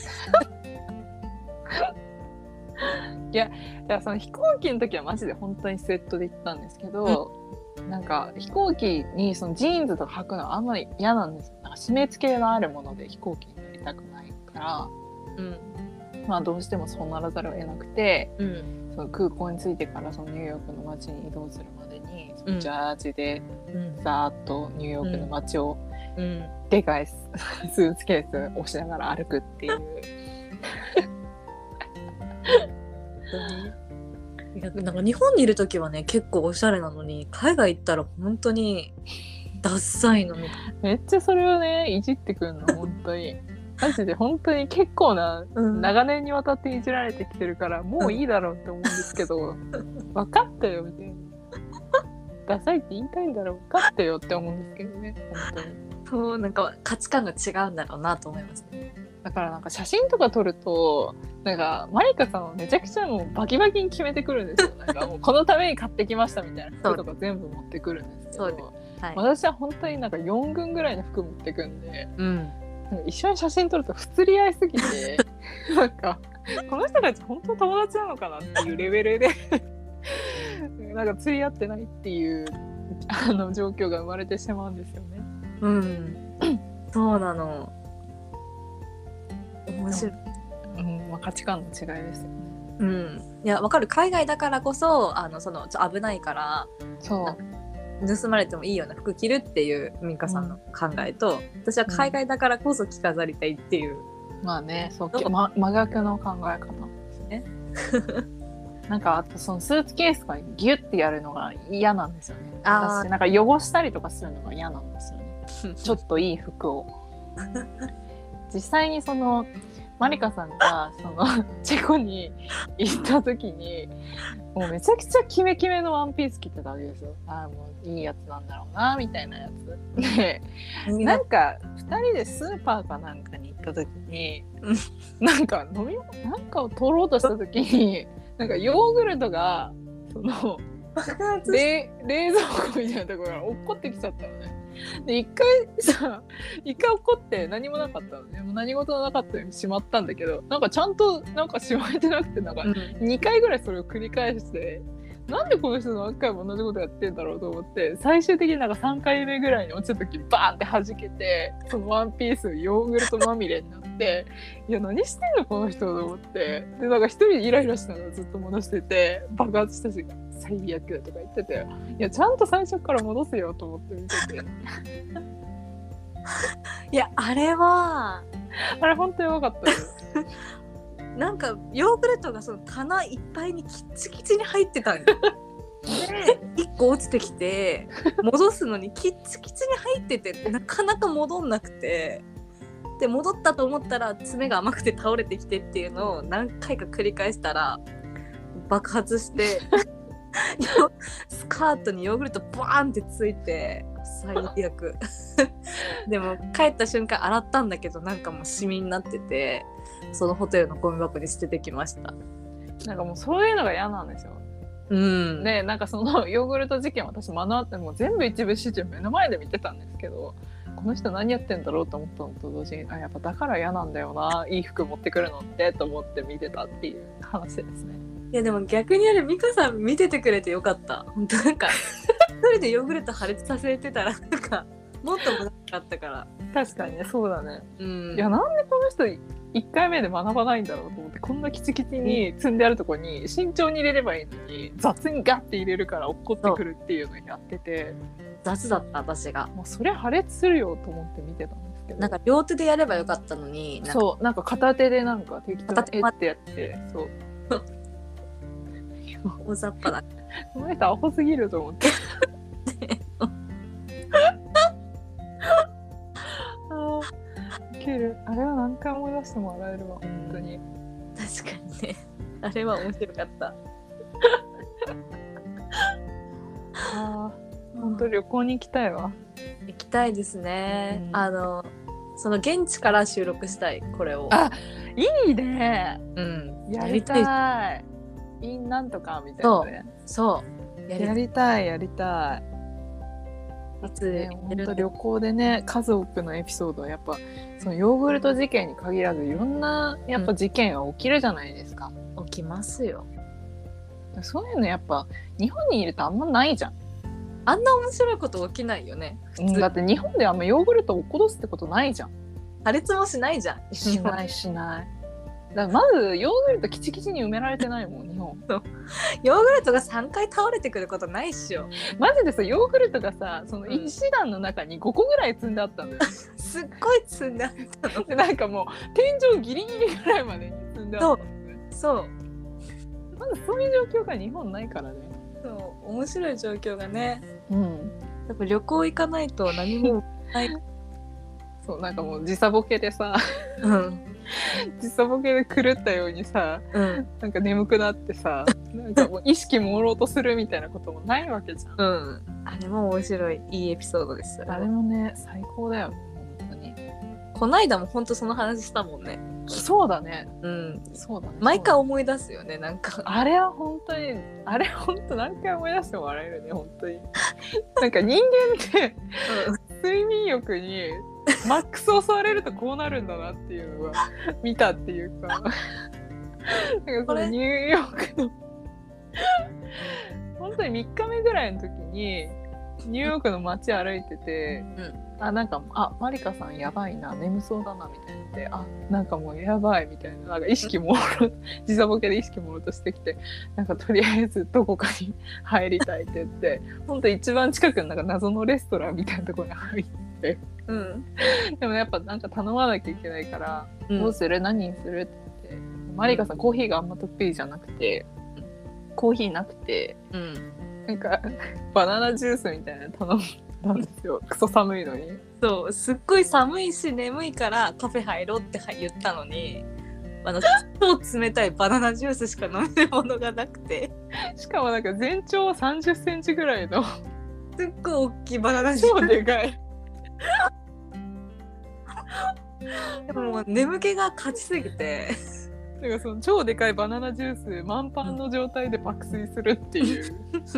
Speaker 1: いやだからその飛行機の時はマジで本当にスウェットで行ったんですけど、なんか飛行機にそのジーンズとか履くのはあんまり嫌なんですよ。なんか締め付けのあるもので飛行機に乗りたくないから、まあどうしてもそうならざるを得なくて、その空港に着いてからそのニューヨークの街に移動するまでにそのジャージでざーっとニューヨークの街をでかいスーツケースを押しながら歩くっていう
Speaker 2: なんか日本にいる時はね結構おしゃれなのに、海外行ったら本当にダッサいのみたいな。
Speaker 1: めっちゃそれをねいじってくるの本当にマジで本当に結構な、長年にわたっていじられてきてるからもういいだろうって思うんですけど、分かったよみたいな、ダサいって言いたいんだろう、分かったよって思うんですけどね本当に。
Speaker 2: そう、なんか価値観が違うんだろうなと思いますね。
Speaker 1: だからなんか写真とか撮るとなんかマリカさんはめちゃくちゃもうバキバキに決めてくるんですよ。なんかもうこのために買ってきましたみたいな服とか全部持ってくるんですけど、私は本当になんか4軍ぐらいの服持ってくんで、なんか一緒に写真撮ると不釣り合いすぎてなんかこの人たち本当友達なのかなっていうレベルでなんか釣り合ってないっていう状況が生まれてしまうんですよね。
Speaker 2: そうなの。面白い。
Speaker 1: まあ、価値観の違いですよ
Speaker 2: ね。いやわかる。海外だからこそその危ないから盗まれてもいいような服着るっていうミカさんの考えと、私は海外だからこそ着飾りたいっていう、
Speaker 1: まあね、そう真逆の考え方ですねなんかあとそのスーツケースがギュッてやるのが嫌なんですよね。私なんか汚したりとかするのが嫌なんですよねちょっといい服を実際にそのマリカさんがそのチェコに行った時にもうめちゃくちゃキメキメのワンピース着てたわけですよ。もういいやつなんだろうなみたいなやつでなんか2人でスーパーかなんかに行った時になんかなんかを取ろうとした時になんかヨーグルトがその冷蔵庫みたいなところから落っこってきちゃったのね。で一回怒って何もなかったのね。もう何事もなかったようにしまったんだけど、なんかちゃんとなんかしまえてなくて、なんか2回ぐらいそれを繰り返して、なんでこの人何回も同じことやってんだろうと思って、最終的になんか3回目ぐらいに落ちた時にバーンって弾けて、そのワンピースヨーグルトまみれになって、いや何してんのこの人と思って、でなんか一人でイライラしながらずっと戻してて、爆発したし最悪とか言ってて、いやちゃんと最初から戻せよと思って見てて
Speaker 2: いやあれ
Speaker 1: 本当にやばかったです
Speaker 2: なんかヨーグルトがその棚いっぱいにキッチキチに入ってたんよで1個落ちてきて戻すのにキッチキチに入っててなかなか戻んなくて、で戻ったと思ったら爪が甘くて倒れてきてっていうのを何回か繰り返したら爆発してスカートにヨーグルトバーンってついて最悪でも帰った瞬間洗ったんだけどなんかもうシミになってて、そのホテルのゴミ箱に捨ててきました。
Speaker 1: なんかもうそういうのが嫌なんですよ。でなんかそのヨーグルト事件私目の当たりもう全部一部始終目の前で見てたんですけど、この人何やってんだろうと思ったのと同時に、やっぱだから嫌なんだよないい服持ってくるのってと思って見てたっていう話ですね。
Speaker 2: いやでも逆に美香さん見ててくれてよかった。本当なんか一人でヨーグルト破裂させてたらなんかもっと難しかったから。
Speaker 1: 確かにね、そうだね、
Speaker 2: い
Speaker 1: やなんでこの人1回目で学ばないんだろうと思って、こんなキチキチに積んであるとこに慎重に入れればいいのに雑にガッて入れるから落っこってくるっていうのをやってて、
Speaker 2: 雑だった私が。
Speaker 1: もうそれ破裂するよと思って見てたんですけど、
Speaker 2: なんか両手でやればよかったのに、
Speaker 1: そうなんか片手でなんか適当にってやって、そう
Speaker 2: 大雑把だ。
Speaker 1: この人アホすぎると思ってウケる。あれは何回思い出しても笑えるわ、本当に。
Speaker 2: 確かにね、あれは面白かった
Speaker 1: 本当旅行に行きたいわ。
Speaker 2: 行きたいですね、その現地から収録したい、これを。
Speaker 1: いいね、やりたい。なんとかみたいなね。
Speaker 2: そう
Speaker 1: やりたい。いつ本当旅行でね、数多くのエピソードはやっぱそのヨーグルト事件に限らずいろんなやっぱ事件は起きるじゃないですか。
Speaker 2: 起きますよ。
Speaker 1: そういうのやっぱ日本にいるとあんまないじゃん。
Speaker 2: あんな面白いこと起きないよね普通。
Speaker 1: だって日本であんまヨーグルトを落っことすってことないじゃん。
Speaker 2: 破裂もしないじゃん。
Speaker 1: しないだからまずヨーグルトキチキチに埋められてないもん日本。
Speaker 2: ヨーグルトが3回倒れてくることないっしょ。
Speaker 1: マジでさ、ヨーグルトがさ、その1段の中に5個ぐらい積んであったのよ、
Speaker 2: すっごい積んであったの
Speaker 1: でなんかもう天井ギリギリぐらいまでに積んであったのね。
Speaker 2: そう
Speaker 1: まずそういう状況が日本ないからね。
Speaker 2: そう面白い状況がね。
Speaker 1: や
Speaker 2: っぱ旅行行かないと何もない
Speaker 1: そうなんかもう時差ボケでさ時差ボケで狂ったようにさ、なんか眠くなってさ、なんかもう意識朦朧とするみたいなこともないわけじゃん。
Speaker 2: あれも面白いいいエピソードです。
Speaker 1: あれもね最高だよ本当に。
Speaker 2: こないだも本当その話したもんね。
Speaker 1: そうだね。
Speaker 2: そうだね。毎回思い出すよねなんか。
Speaker 1: あれは本当に何回思い出しても笑えるね本当に。なんか人間って睡眠欲にマックス襲われるとこうなるんだなっていうのは見たっていうかなんかそのニューヨークの本当に3日目ぐらいの時にニューヨークの街歩いてて、なんかマリカさんやばいな眠そうだなみたいなで、なんかもうやばいみたいな、なんか意識朦朧時差ボケで意識朦朧としてきて、なんかとりあえずどこかに入りたいって言って本当一番近くのなんか謎のレストランみたいなところに入ってでもやっぱなんか頼まなきゃいけないから、どうする何にするって言って、マリカさんコーヒーがあんま得意じゃなくて、コーヒーなくて、なんかバナナジュースみたいなの頼んだんですよクソ寒いのに。
Speaker 2: そうすっごい寒いし眠いからカフェ入ろうって言ったのに超冷たいバナナジュースしか飲めるものがなくて、
Speaker 1: しかもなんか全長30センチぐらいの
Speaker 2: すっごい大きいバナナジュース、
Speaker 1: 超でかい
Speaker 2: でももう眠気が勝ちすぎて
Speaker 1: なんかその超でかいバナナジュース満パンの状態で爆睡するっていう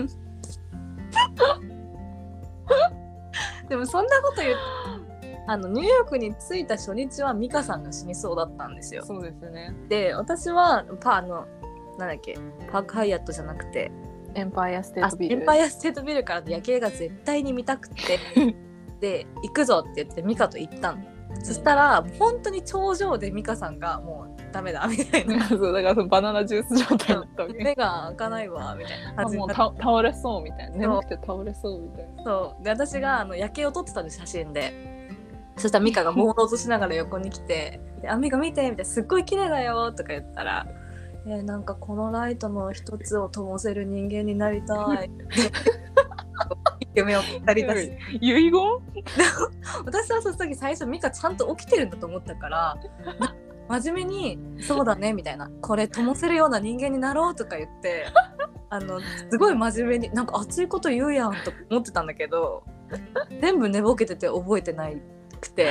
Speaker 2: でもそんなこと言ってニューヨークに着いた初日はミカさんが死にそうだったんですよ。
Speaker 1: そうですね。
Speaker 2: で私はなんだっけパークハイアットじゃなくて
Speaker 1: エンパイアステートビル。
Speaker 2: エンパイアステートビルからの夜景が絶対に見たくてで行くぞって言ってミカと行ったの。そしたら本当に頂上でミカさんがもうダメだみたいな
Speaker 1: そうだからそのバナナジュース状態だったわけ。
Speaker 2: 目が開かないわみたいな感じ
Speaker 1: もう倒れそうみたいな、眠くて倒れそうみたいな。
Speaker 2: そうで私が夜景を撮ってたんで写真で、そしたらミカが朦朧としながら横に来て「ミカ見て」みたいな「すっごい綺麗だよ」とか言ったら「なんかこのライトの一つを灯せる人間になりたい」夢を語り出し
Speaker 1: 遺言
Speaker 2: 私はその時最初ミカちゃんと起きてるんだと思ったから真面目に「そうだね」みたいな「これ灯せるような人間になろう」とか言ってすごい真面目になんか熱いこと言うやんと思ってたんだけど全部寝ぼけてて覚えてなくて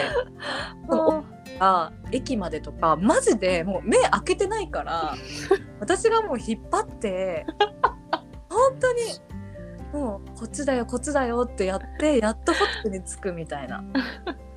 Speaker 2: 駅までとかマジでもう目開けてないから私がもう引っ張って本当にもうこっちだよこっちだよってやってやっとホテルに着くみたいな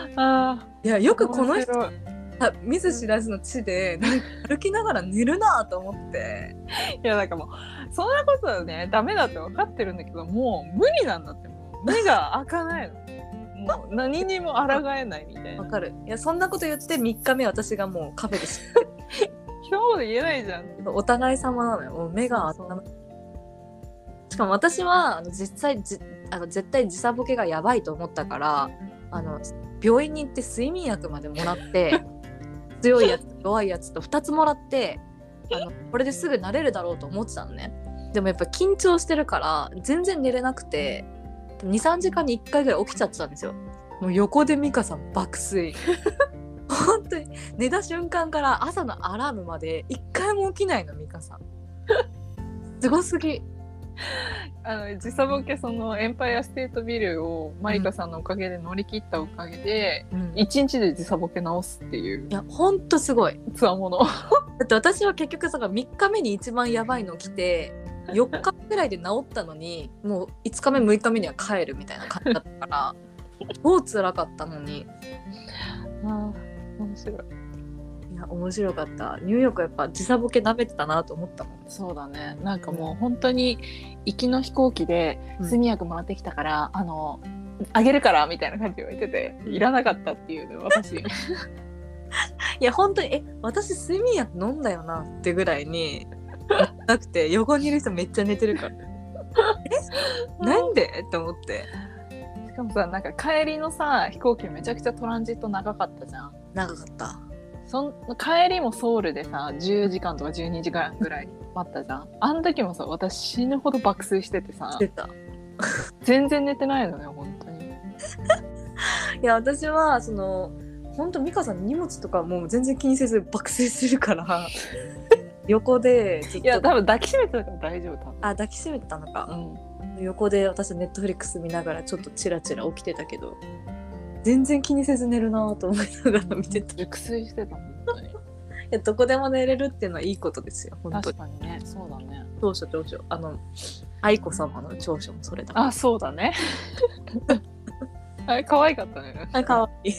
Speaker 2: いやよくこの人見ず知らずの地で歩きながら寝るなと思って。
Speaker 1: いやなんかもうそんなことはねダメだって分かってるんだけど、もう無理なんだって。もう目が開かないの。もう何にも抗えないみたいな。
Speaker 2: わかる。いやそんなこと言って3日目私がもうカフェで知って
Speaker 1: 今日で言えないじゃん。
Speaker 2: お互い様なのよ。もう目が
Speaker 1: そう
Speaker 2: そうしかも私は絶対時差ボケがやばいと思ったから病院に行って睡眠薬までもらって強いやつと弱いやつと2つもらってこれですぐ慣れるだろうと思ってたのね。でもやっぱ緊張してるから全然寝れなくて 2,3 時間に1回ぐらい起きちゃってたんですよ。もう横で美香さん爆睡本当に寝た瞬間から朝のアラームまで1回も起きないの美香さんすごすぎ。
Speaker 1: 時差ボケそのエンパイアステートビルをマリカさんのおかげで乗り切ったおかげで、1日で時差ボケ直すっていう。
Speaker 2: いやほんとすごい
Speaker 1: つわもの
Speaker 2: だって私は結局3日目に一番やばいの来て4日ぐらいで治ったのにもう5日目6日目には帰るみたいな感じだったから超辛かったのに。
Speaker 1: 面白い。
Speaker 2: いや面白かった。ニューヨークやっぱ時差ボケ舐めてたなと思ったもん。
Speaker 1: そうだね。なんかもう本当に行きの飛行機で睡眠薬もらってきたから、あげるからみたいな感じで言われてて、いらなかったっていうの私い
Speaker 2: や本当に私睡眠薬飲んだよなってぐらいになくて横にいる人めっちゃ寝てるからなんでって思って。
Speaker 1: しかもさなんか帰りのさ飛行機めちゃくちゃトランジット長かったじゃん。
Speaker 2: 長かった。
Speaker 1: 帰りもソウルでさ10時間とか12時間ぐらい待ったじゃん。あの時もさ私死ぬほど爆睡しててさ全然寝てないのよ本当に。い
Speaker 2: や私は本当美香さん荷物とかもう全然気にせず爆睡するから横でずっと。
Speaker 1: いや多分抱きしめてたから大丈夫。多分
Speaker 2: 抱きしめてたのか、横で私ネットフリックス見ながらちょっとチラチラ起きてたけど全然気にせず寝るなと思いながら見てた。
Speaker 1: 熟睡してた本当に。い
Speaker 2: やどこでも寝れるっていうのはいいことですよ本当に。
Speaker 1: 確かにね。そうだね。
Speaker 2: 長所愛子様の長所もそれだ。
Speaker 1: あそうだねあれ可愛かったね。
Speaker 2: 可愛い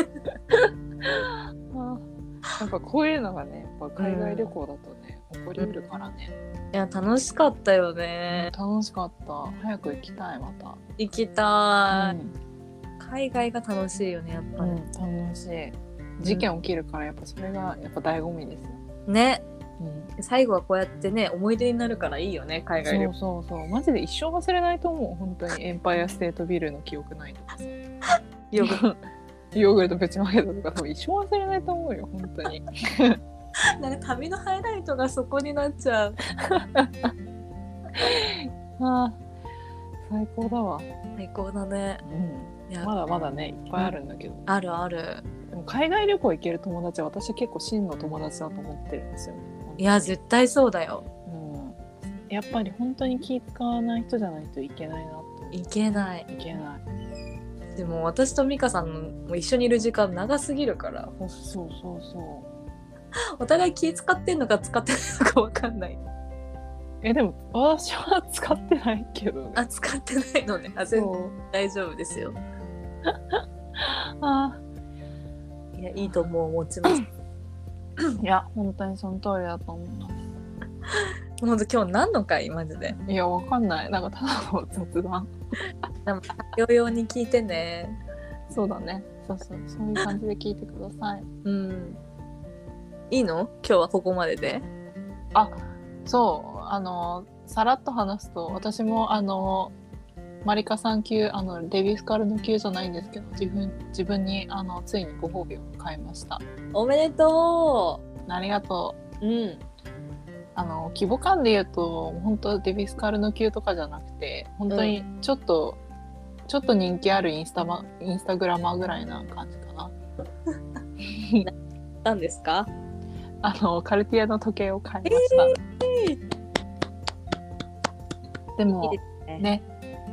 Speaker 1: やっぱこういうのがねやっぱ海外旅行だとね、起こりうるからね。
Speaker 2: いや楽しかったよね。
Speaker 1: 楽しかった。早く行きたい。また
Speaker 2: 行きたい、海外が楽しいよねやっぱり、
Speaker 1: 楽しい。事件起きるからやっぱそれがやっぱ醍醐味ですよ
Speaker 2: ね、最後はこうやってね思い出になるからいいよね海外旅行。
Speaker 1: そうマジで一生忘れないと思う本当に。エンパイアステートビルの記憶ないとかさヨーグルトぶちまけたとか多分一生忘れないと思うよ本当に
Speaker 2: なんか旅のハイライトがそこになっちゃう
Speaker 1: 最高だわ。
Speaker 2: 最高だね、
Speaker 1: いやまだまだねいっぱいあるんだけど、
Speaker 2: あるある。
Speaker 1: でも海外旅行行ける友達は私は結構真の友達だと思ってるんですよね。
Speaker 2: いや絶対そうだよ、
Speaker 1: やっぱり本当に気使わない人じゃないといけないなと。
Speaker 2: いけない。でも私と美香さんも一緒にいる時間長すぎるから。
Speaker 1: そう
Speaker 2: お互い気使ってんのか使ってないのか分かんない。
Speaker 1: でも私は使ってないけどね。
Speaker 2: 使ってないのね。全然大丈夫ですよいやいいと思う。持ちます
Speaker 1: いや本当にその通りだと思います
Speaker 2: 本当今日何の回マジで。
Speaker 1: いやわかんない。なんかただの雑談
Speaker 2: でも療養に聞いてね。
Speaker 1: そうだね。そういう感じで聞いてください
Speaker 2: いいの？今日はここまでで。
Speaker 1: そうさらっと話すと私もマリカさん級デビュースカルの級じゃないんですけど自分についにご褒美を買いました。
Speaker 2: おめでと
Speaker 1: う。ありがとう。規模感で言うと本当デビュースカルの級とかじゃなくて本当にちょっと人気あるインスタグラマーぐらいな感じかな
Speaker 2: 何ですか？
Speaker 1: カルティエの時計を買いました、でもいいですね。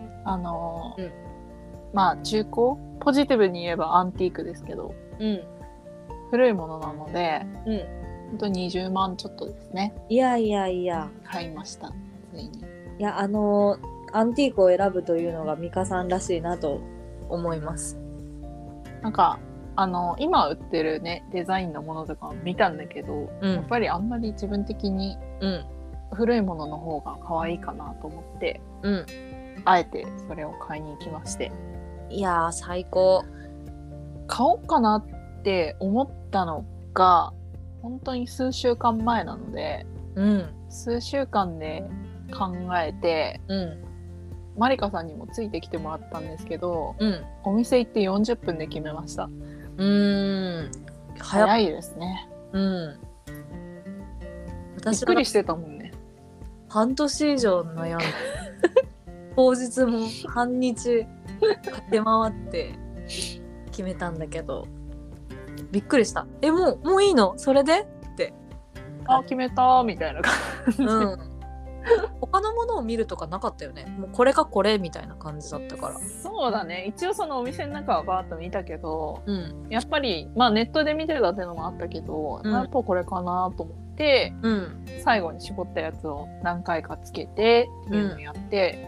Speaker 1: まあ中古ポジティブに言えばアンティークですけど、古いものなので、本当に20万ちょっとですね。
Speaker 2: いや
Speaker 1: 買いましたついに。
Speaker 2: いやアンティークを選ぶというのが美香さんらしいなと思います。
Speaker 1: なんか今売ってるねデザインのものとか見たんだけど、やっぱりあんまり自分的に古いものの方が可愛いかなと思って、あえてそれを買いに行きまして。
Speaker 2: いやー最高。
Speaker 1: 買おうかなって思ったのが本当に数週間前なので、数週間で考えて、マリカさんにもついてきてもらったんですけど、お店行って40分で決めました。早いですね。私びっくりしてたもんね。
Speaker 2: 半年以上悩んで当日も半日駆け回って決めたんだけど、びっくりした。もういいのそれでって
Speaker 1: 決めたみたいな感じ、
Speaker 2: 他のものを見るとかなかったよね。もうこれかこれみたいな感じだったから。
Speaker 1: そうだね。一応そのお店の中はバーッと見たけど、やっぱりネットで見てたっていうのもあったけど、やっぱこれかなと思って、最後に絞ったやつを何回かつけてっていうのをやって、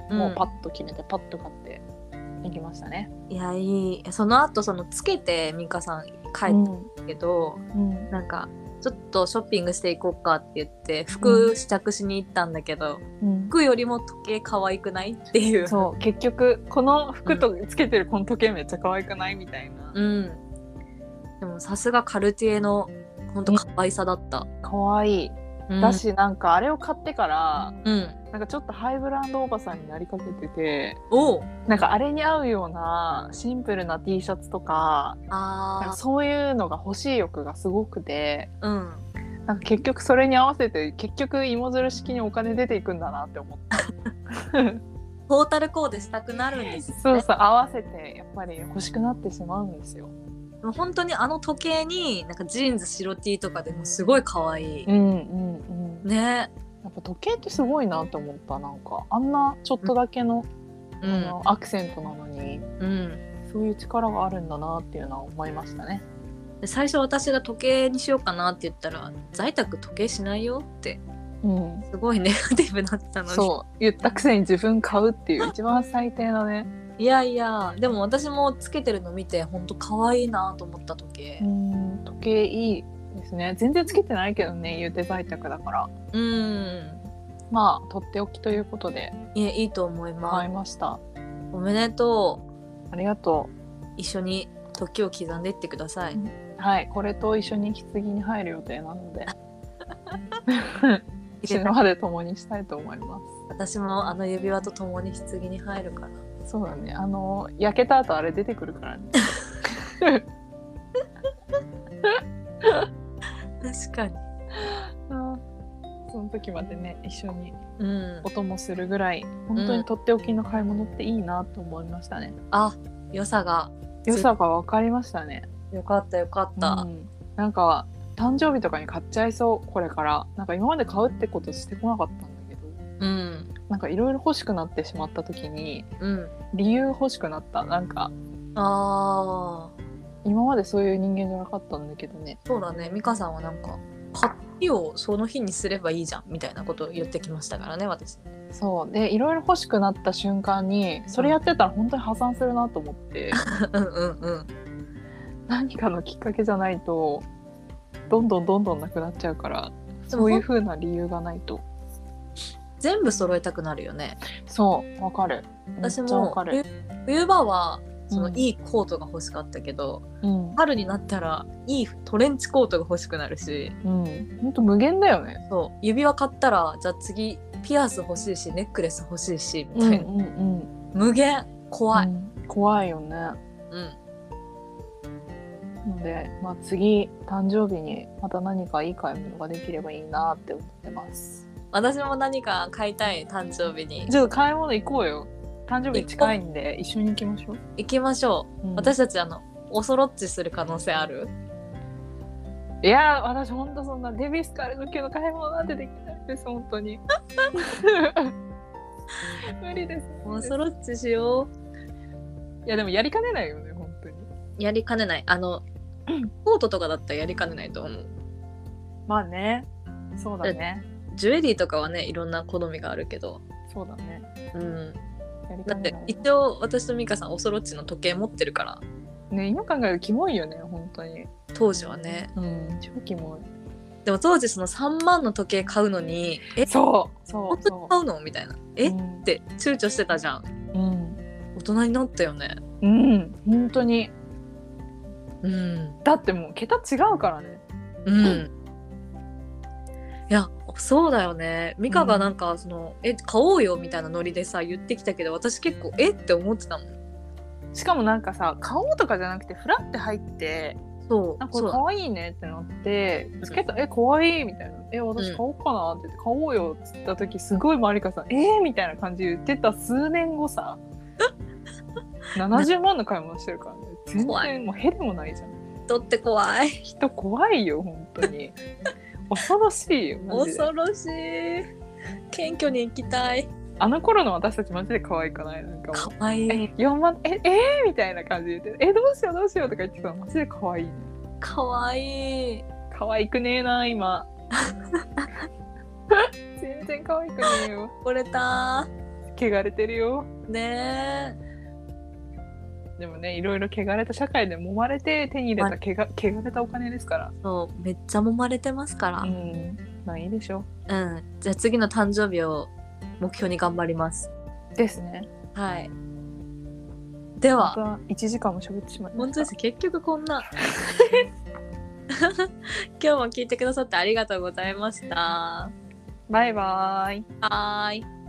Speaker 1: もうパッと決めてパッと買って行きましたね。
Speaker 2: いやいい。その後つけてミカさん帰ったけど、なんかちょっとショッピングしていこうかって言って服試着しに行ったんだけど、服よりも時計可愛くないっていう。
Speaker 1: そう結局この服とつけてるこの時計めっちゃ可愛くないみたいな。
Speaker 2: でもさすがカルティエの本当可愛さだった。
Speaker 1: 可愛い。だしなんかあれを買ってから、なんかちょっとハイブランドおばさんになりかけてて、なんかあれに合うようなシンプルな T シャツとか、なんかそういうのが欲しい欲がすごくて、なんか結局それに合わせて結局芋づる式にお金出ていくんだなって思った
Speaker 2: トータルコーデしたくなるんですよね。
Speaker 1: そうそう、合わせてやっぱり欲しくなってしまうんですよ。
Speaker 2: もう本当に時計になんかジーンズ白 T とかでもすごい可愛い。ね。
Speaker 1: やっぱ時計ってすごいなと思った。なんかあんなちょっとだけの、アクセントなのに、そういう力があるんだなっていうのは思いましたね。
Speaker 2: で最初私が時計にしようかなって言ったら在宅時計しないよって、すごいネガティブだったのに、
Speaker 1: そう言ったくせに自分買うっていう一番最低なね。
Speaker 2: いやいやでも私もつけてるの見て本当可愛いなと思った時計。
Speaker 1: 時計いいですね。全然つけてないけどね、言うて在宅だから。まあとっておきということで。
Speaker 2: いいと思います。
Speaker 1: 買いました。
Speaker 2: おめでと
Speaker 1: う。ありがと
Speaker 2: う。一緒に時を刻んでいってください。
Speaker 1: はい、これと一緒に棺に入る予定なので死ぬまで共にしたいと思います。
Speaker 2: 私も指輪と共に棺に入るから。
Speaker 1: そうだね。焼けた後あれ出てくるからね
Speaker 2: 確かに。
Speaker 1: その時までね一緒にお供するぐらい、本当にとっておきの買い物っていいなと思いましたね。
Speaker 2: 良さが
Speaker 1: 分かりましたね。
Speaker 2: よかったよかった、
Speaker 1: なんか誕生日とかに買っちゃいそう。これからなんか今まで買うってことしてこなかったんだけど、なんかいろいろ欲しくなってしまった時に、理由欲しくなった。なんか今までそういう人間じゃなかったんだけどね。
Speaker 2: そうだね。美香さんはなんか買いをその日にすればいいじゃんみたいなことを言ってきましたからね、私。
Speaker 1: そうでいろいろ欲しくなった瞬間にそれやってたら本当に破産するなと思って何かのきっかけじゃないとどんどんなくなっちゃうから、そういう風な理由がないと
Speaker 2: 全部揃えたくなるよね。
Speaker 1: そうわかる。
Speaker 2: 私も冬場はいいコートが欲しかったけど、春になったらいいトレンチコートが欲しくなるし、
Speaker 1: ほんと無限だよね。
Speaker 2: そう指輪買ったらじゃあ次ピアス欲しいしネックレス欲しいしみたいな、無限。怖い、
Speaker 1: 怖いよね。ので、次誕生日にまた何かいい買い物ができればいいなって思ってます。
Speaker 2: 私も何か買いたい。誕生日に
Speaker 1: ちょっと買い物行こうよ。誕生日近いんで一緒に行きましょう。
Speaker 2: 行きましょう、私たちおそろっちする可能性ある？
Speaker 1: いや私ほんとそんなデビスカルの今日の買い物なんてできないです本当に無理です。
Speaker 2: おそろっちしよ
Speaker 1: う。いやでもやりかねないよね本当に。
Speaker 2: やりかねない。コートとかだったらやりかねないと思う。
Speaker 1: まあね、そうだね。
Speaker 2: ジュエリーとかはねいろんな好みがあるけど。
Speaker 1: そうだね。
Speaker 2: だって一応私とミカさんおそろっちの時計持ってるから。
Speaker 1: ね、今考えるとキモいよね本当に。
Speaker 2: 当時はね、
Speaker 1: 超キモい。
Speaker 2: でも当時その3万の時計買うのに
Speaker 1: そう
Speaker 2: 本当に買うのみたいなって躊躇してたじゃん。大人になったよね。
Speaker 1: 本当に。だってもう桁違うからね。
Speaker 2: いやそうだよね。ミカがなんかその、買おうよみたいなノリでさ言ってきたけど、私結構って思ってたもん。
Speaker 1: しかもなんかさ、買おうとかじゃなくてフラって入って、なんかこれ可愛いねってなってつけた、可愛いみたいな、私買おうかなって言って、買おうよっつった時すごいマリカさんみたいな感じで言ってた数年後さ70万の買い物してるからね。全然もうへでもないじゃん。
Speaker 2: 人って怖い。
Speaker 1: 人怖いよ本当に。恐ろしいよマジで。
Speaker 2: 恐ろしい。謙虚に行きたい。
Speaker 1: あの頃の私たちマジで可愛くない？なんか
Speaker 2: 可愛い。
Speaker 1: 4万みたいな感じで言ってどうしようどうしようとか言ってたらマジで可愛いね。
Speaker 2: 可愛い。
Speaker 1: 可愛くねえな今。全然可愛くねえよ。
Speaker 2: 惚れた。
Speaker 1: 汚れてるよ
Speaker 2: ねえ。
Speaker 1: でもね、いろいろ汚れた社会で揉まれて手に入れた汚れたお金ですから。
Speaker 2: そうめっちゃ揉まれてますから。
Speaker 1: まあいいでしょ。
Speaker 2: じゃあ次の誕生日を目標に頑張ります
Speaker 1: ですね。
Speaker 2: はい。では
Speaker 1: 1時間も喋ってしまいました。
Speaker 2: 本当です。結局こんな今日も聞いてくださってありがとうございました。
Speaker 1: バイバーイ。
Speaker 2: はーい。